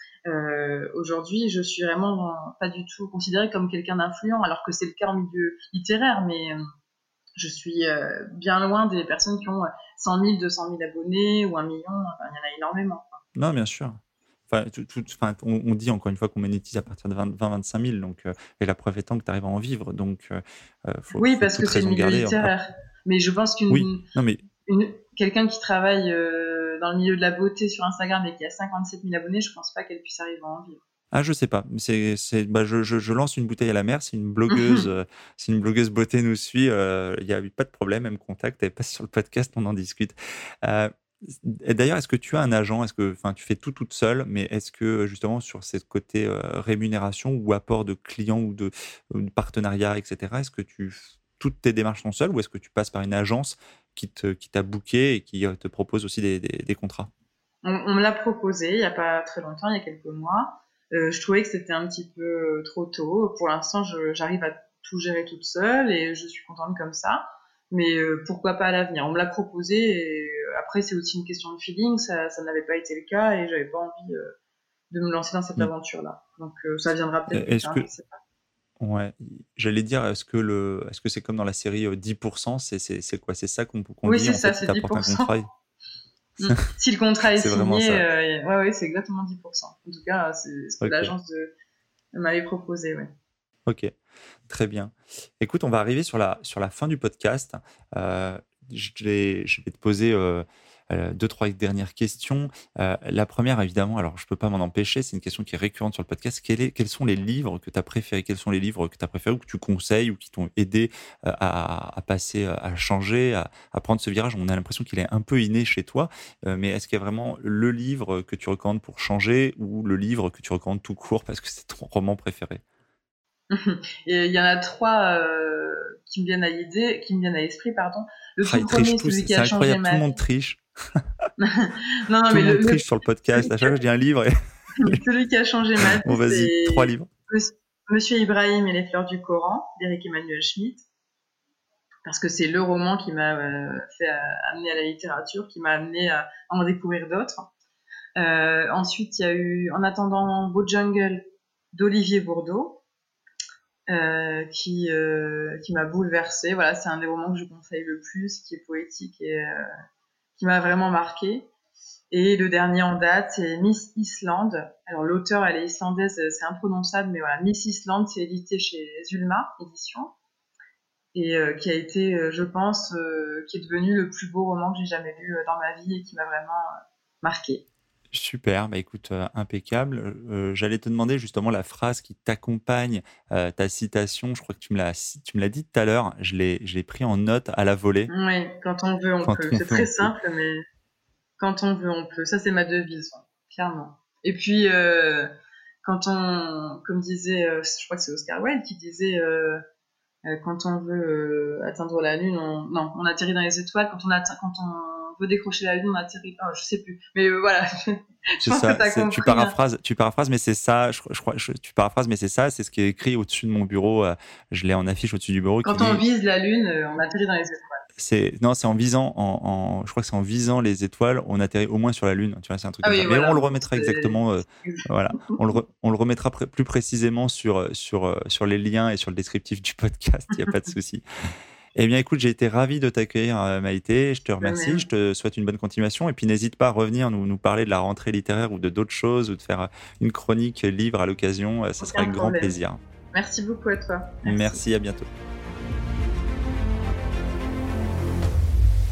euh, aujourd'hui, je suis vraiment pas du tout considérée comme quelqu'un d'influent, alors que c'est le cas en milieu littéraire, mais euh, je suis euh, bien loin des personnes qui ont cent mille, deux cent mille abonnés ou un million. Enfin, il y en a énormément. Quoi. Non, bien sûr. Enfin, tout, tout, enfin, on, on dit encore une fois qu'on monétise à partir de vingt à vingt-cinq mille, donc, euh, et la preuve étant que tu arrives à en vivre. Donc, euh, faut, oui, faut parce que c'est le milieu garder. littéraire. Mais je pense qu'une oui. non, mais... une, quelqu'un qui travaille euh, dans le milieu de la beauté sur Instagram et qui a cinquante-sept mille abonnés, je pense pas qu'elle puisse arriver à en vivre. Ah, je sais pas. C'est, c'est, bah, je, je, je lance une bouteille à la mer. Si une blogueuse, euh, si une blogueuse beauté nous suit, il euh, n'y a eu pas de problème. Elle me contacte. Elle passe sur le podcast. On en discute. Euh, et d'ailleurs, est-ce que tu as un agent? Est-ce que, enfin, tu fais tout toute seule, mais est-ce que justement sur ce côté euh, rémunération ou apport de clients ou de, ou de partenariat, et cetera. Est-ce que tu toutes tes démarches sont seules ou est-ce que tu passes par une agence qui te, qui t'a booké et qui te propose aussi des, des, des contrats? On, on me l'a proposé il n'y a pas très longtemps, il y a quelques mois. Euh, je trouvais que c'était un petit peu trop tôt. Pour l'instant, je, j'arrive à tout gérer toute seule et je suis contente comme ça. Mais euh, pourquoi pas à l'avenir? On me l'a proposé et après, c'est aussi une question de feeling. Ça, ça n'avait pas été le cas et j'avais pas envie euh, de me lancer dans cette mmh. aventure-là. Donc, euh, ça viendra peut-être plus tard, que... je sais pas. Ouais, j'allais dire, est-ce que, le... est-ce que c'est comme dans la série euh, dix pour cent? C'est, c'est, c'est quoi? C'est ça qu'on, qu'on oui, dit c'est en ça, fait, c'est si dix pour cent. Un contrat. Mmh. Si le contrat est, c'est signé, euh, ouais, ouais, c'est exactement dix pour cent. En tout cas, c'est ce que okay. l'agence de... m'avait proposé. Ouais. Ok, très bien. Écoute, on va arriver sur la, sur la fin du podcast. Euh, je, vais, je vais te poser euh, euh, deux, trois dernières questions. Euh, la première, évidemment, alors je ne peux pas m'en empêcher, c'est une question qui est récurrente sur le podcast. Quel est, quels sont les livres que tu as préférés? Quels sont les livres que tu as préférés ou que tu conseilles ou qui t'ont aidé euh, à, à passer, à changer, à, à prendre ce virage? On a l'impression qu'il est un peu inné chez toi, euh, mais est-ce qu'il y a vraiment le livre que tu recommandes pour changer ou le livre que tu recommandes tout court parce que c'est ton roman préféré? Il y en a trois euh, qui me viennent à l'idée, qui me viennent à l'esprit, pardon. Le ah, tout premier, tous, celui qui a changé ma vie. Tout le monde triche. non, non, tout mais le monde le, triche le... sur le podcast. À chaque fois, je dis un livre. Et... celui qui a changé ma vie, bon, vas-y, c'est trois livres. Monsieur Ibrahim et les fleurs du Coran d'Éric Emmanuel Schmitt. Parce que c'est le roman qui m'a euh, fait euh, amener à la littérature, qui m'a amené à, à en découvrir d'autres. Euh, ensuite, il y a eu En attendant Beau Jungle d'Olivier Bourdeau. Euh, qui euh, qui m'a bouleversée. Voilà, c'est un des romans que je conseille le plus, qui est poétique et euh, qui m'a vraiment marquée. Et le dernier en date, c'est Miss Island. Alors l'auteure, elle est islandaise, c'est imprononçable, mais voilà, Miss Island, c'est édité chez Zulma Édition et euh, qui a été, euh, je pense, euh, qui est devenu le plus beau roman que j'ai jamais lu euh, dans ma vie et qui m'a vraiment euh, marquée. Super, bah écoute, euh, impeccable. Euh, j'allais te demander justement la phrase qui t'accompagne, euh, ta citation. Je crois que tu me l'as, tu me l'as dit tout à l'heure. Je l'ai, je l'ai pris en note à la volée. Oui, quand on veut, on quand peut. On c'est peut, très simple, peut. mais quand on veut, on peut. Ça, c'est ma devise, clairement. Et puis, euh, quand on, comme disait, euh, je crois que c'est Oscar Wilde qui disait, euh, euh, quand on veut euh, atteindre la lune, on, non, on atterrit dans les étoiles. Quand on atteint, quand on veut décrocher la lune, on atterrit. Oh, je sais plus. Mais euh, voilà. je c'est pense ça. que t'as c'est, compris, tu paraphrases, hein. tu paraphrases, mais c'est ça. Je, je crois, je, tu paraphrases, mais c'est ça. C'est ce qui est écrit au-dessus de mon bureau. Euh, je l'ai en affiche au-dessus du bureau. Quand on dit... vise la lune, euh, on atterrit dans les étoiles. C'est non, c'est en visant, en, en, je crois que c'est en visant les étoiles, on atterrit au moins sur la lune. Tu vois, c'est un truc. Ah comme oui, ça. voilà. Mais on le remettra exactement. Euh, voilà, on le, re, on le remettra pr- plus précisément sur sur sur les liens et sur le descriptif du podcast. Il y a pas de souci. Eh bien, écoute, j'ai été ravi de t'accueillir, Maïté. Je te remercie. Je te souhaite une bonne continuation. Et puis, n'hésite pas à revenir nous, nous parler de la rentrée littéraire ou de d'autres choses ou de faire une chronique livre à l'occasion. Ça Aucun sera avec problème. Grand plaisir. Merci beaucoup à toi. Merci, Merci à bientôt.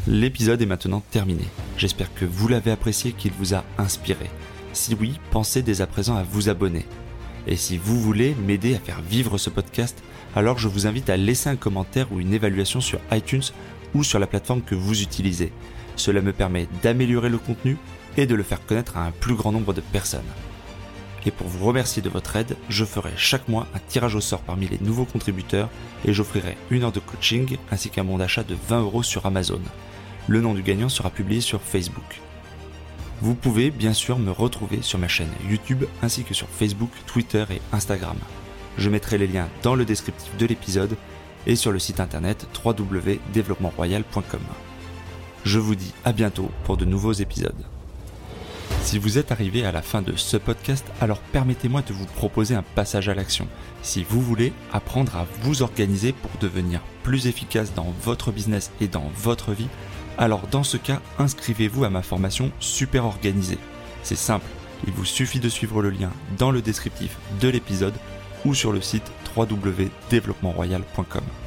L'épisode est maintenant terminé. J'espère que vous l'avez apprécié, qu'il vous a inspiré. Si oui, pensez dès à présent à vous abonner. Et si vous voulez m'aider à faire vivre ce podcast, alors je vous invite à laisser un commentaire ou une évaluation sur iTunes ou sur la plateforme que vous utilisez. Cela me permet d'améliorer le contenu et de le faire connaître à un plus grand nombre de personnes. Et pour vous remercier de votre aide, je ferai chaque mois un tirage au sort parmi les nouveaux contributeurs et j'offrirai une heure de coaching ainsi qu'un bon d'achat de vingt euros sur Amazon. Le nom du gagnant sera publié sur Facebook. Vous pouvez bien sûr me retrouver sur ma chaîne YouTube ainsi que sur Facebook, Twitter et Instagram. Je mettrai les liens dans le descriptif de l'épisode et sur le site internet w w w point développement royal point com. Je vous dis à bientôt pour de nouveaux épisodes. Si vous êtes arrivé à la fin de ce podcast, alors permettez-moi de vous proposer un passage à l'action. Si vous voulez apprendre à vous organiser pour devenir plus efficace dans votre business et dans votre vie, alors dans ce cas, inscrivez-vous à ma formation Super Organisé. C'est simple, il vous suffit de suivre le lien dans le descriptif de l'épisode ou sur le site w w w point développement royal point com.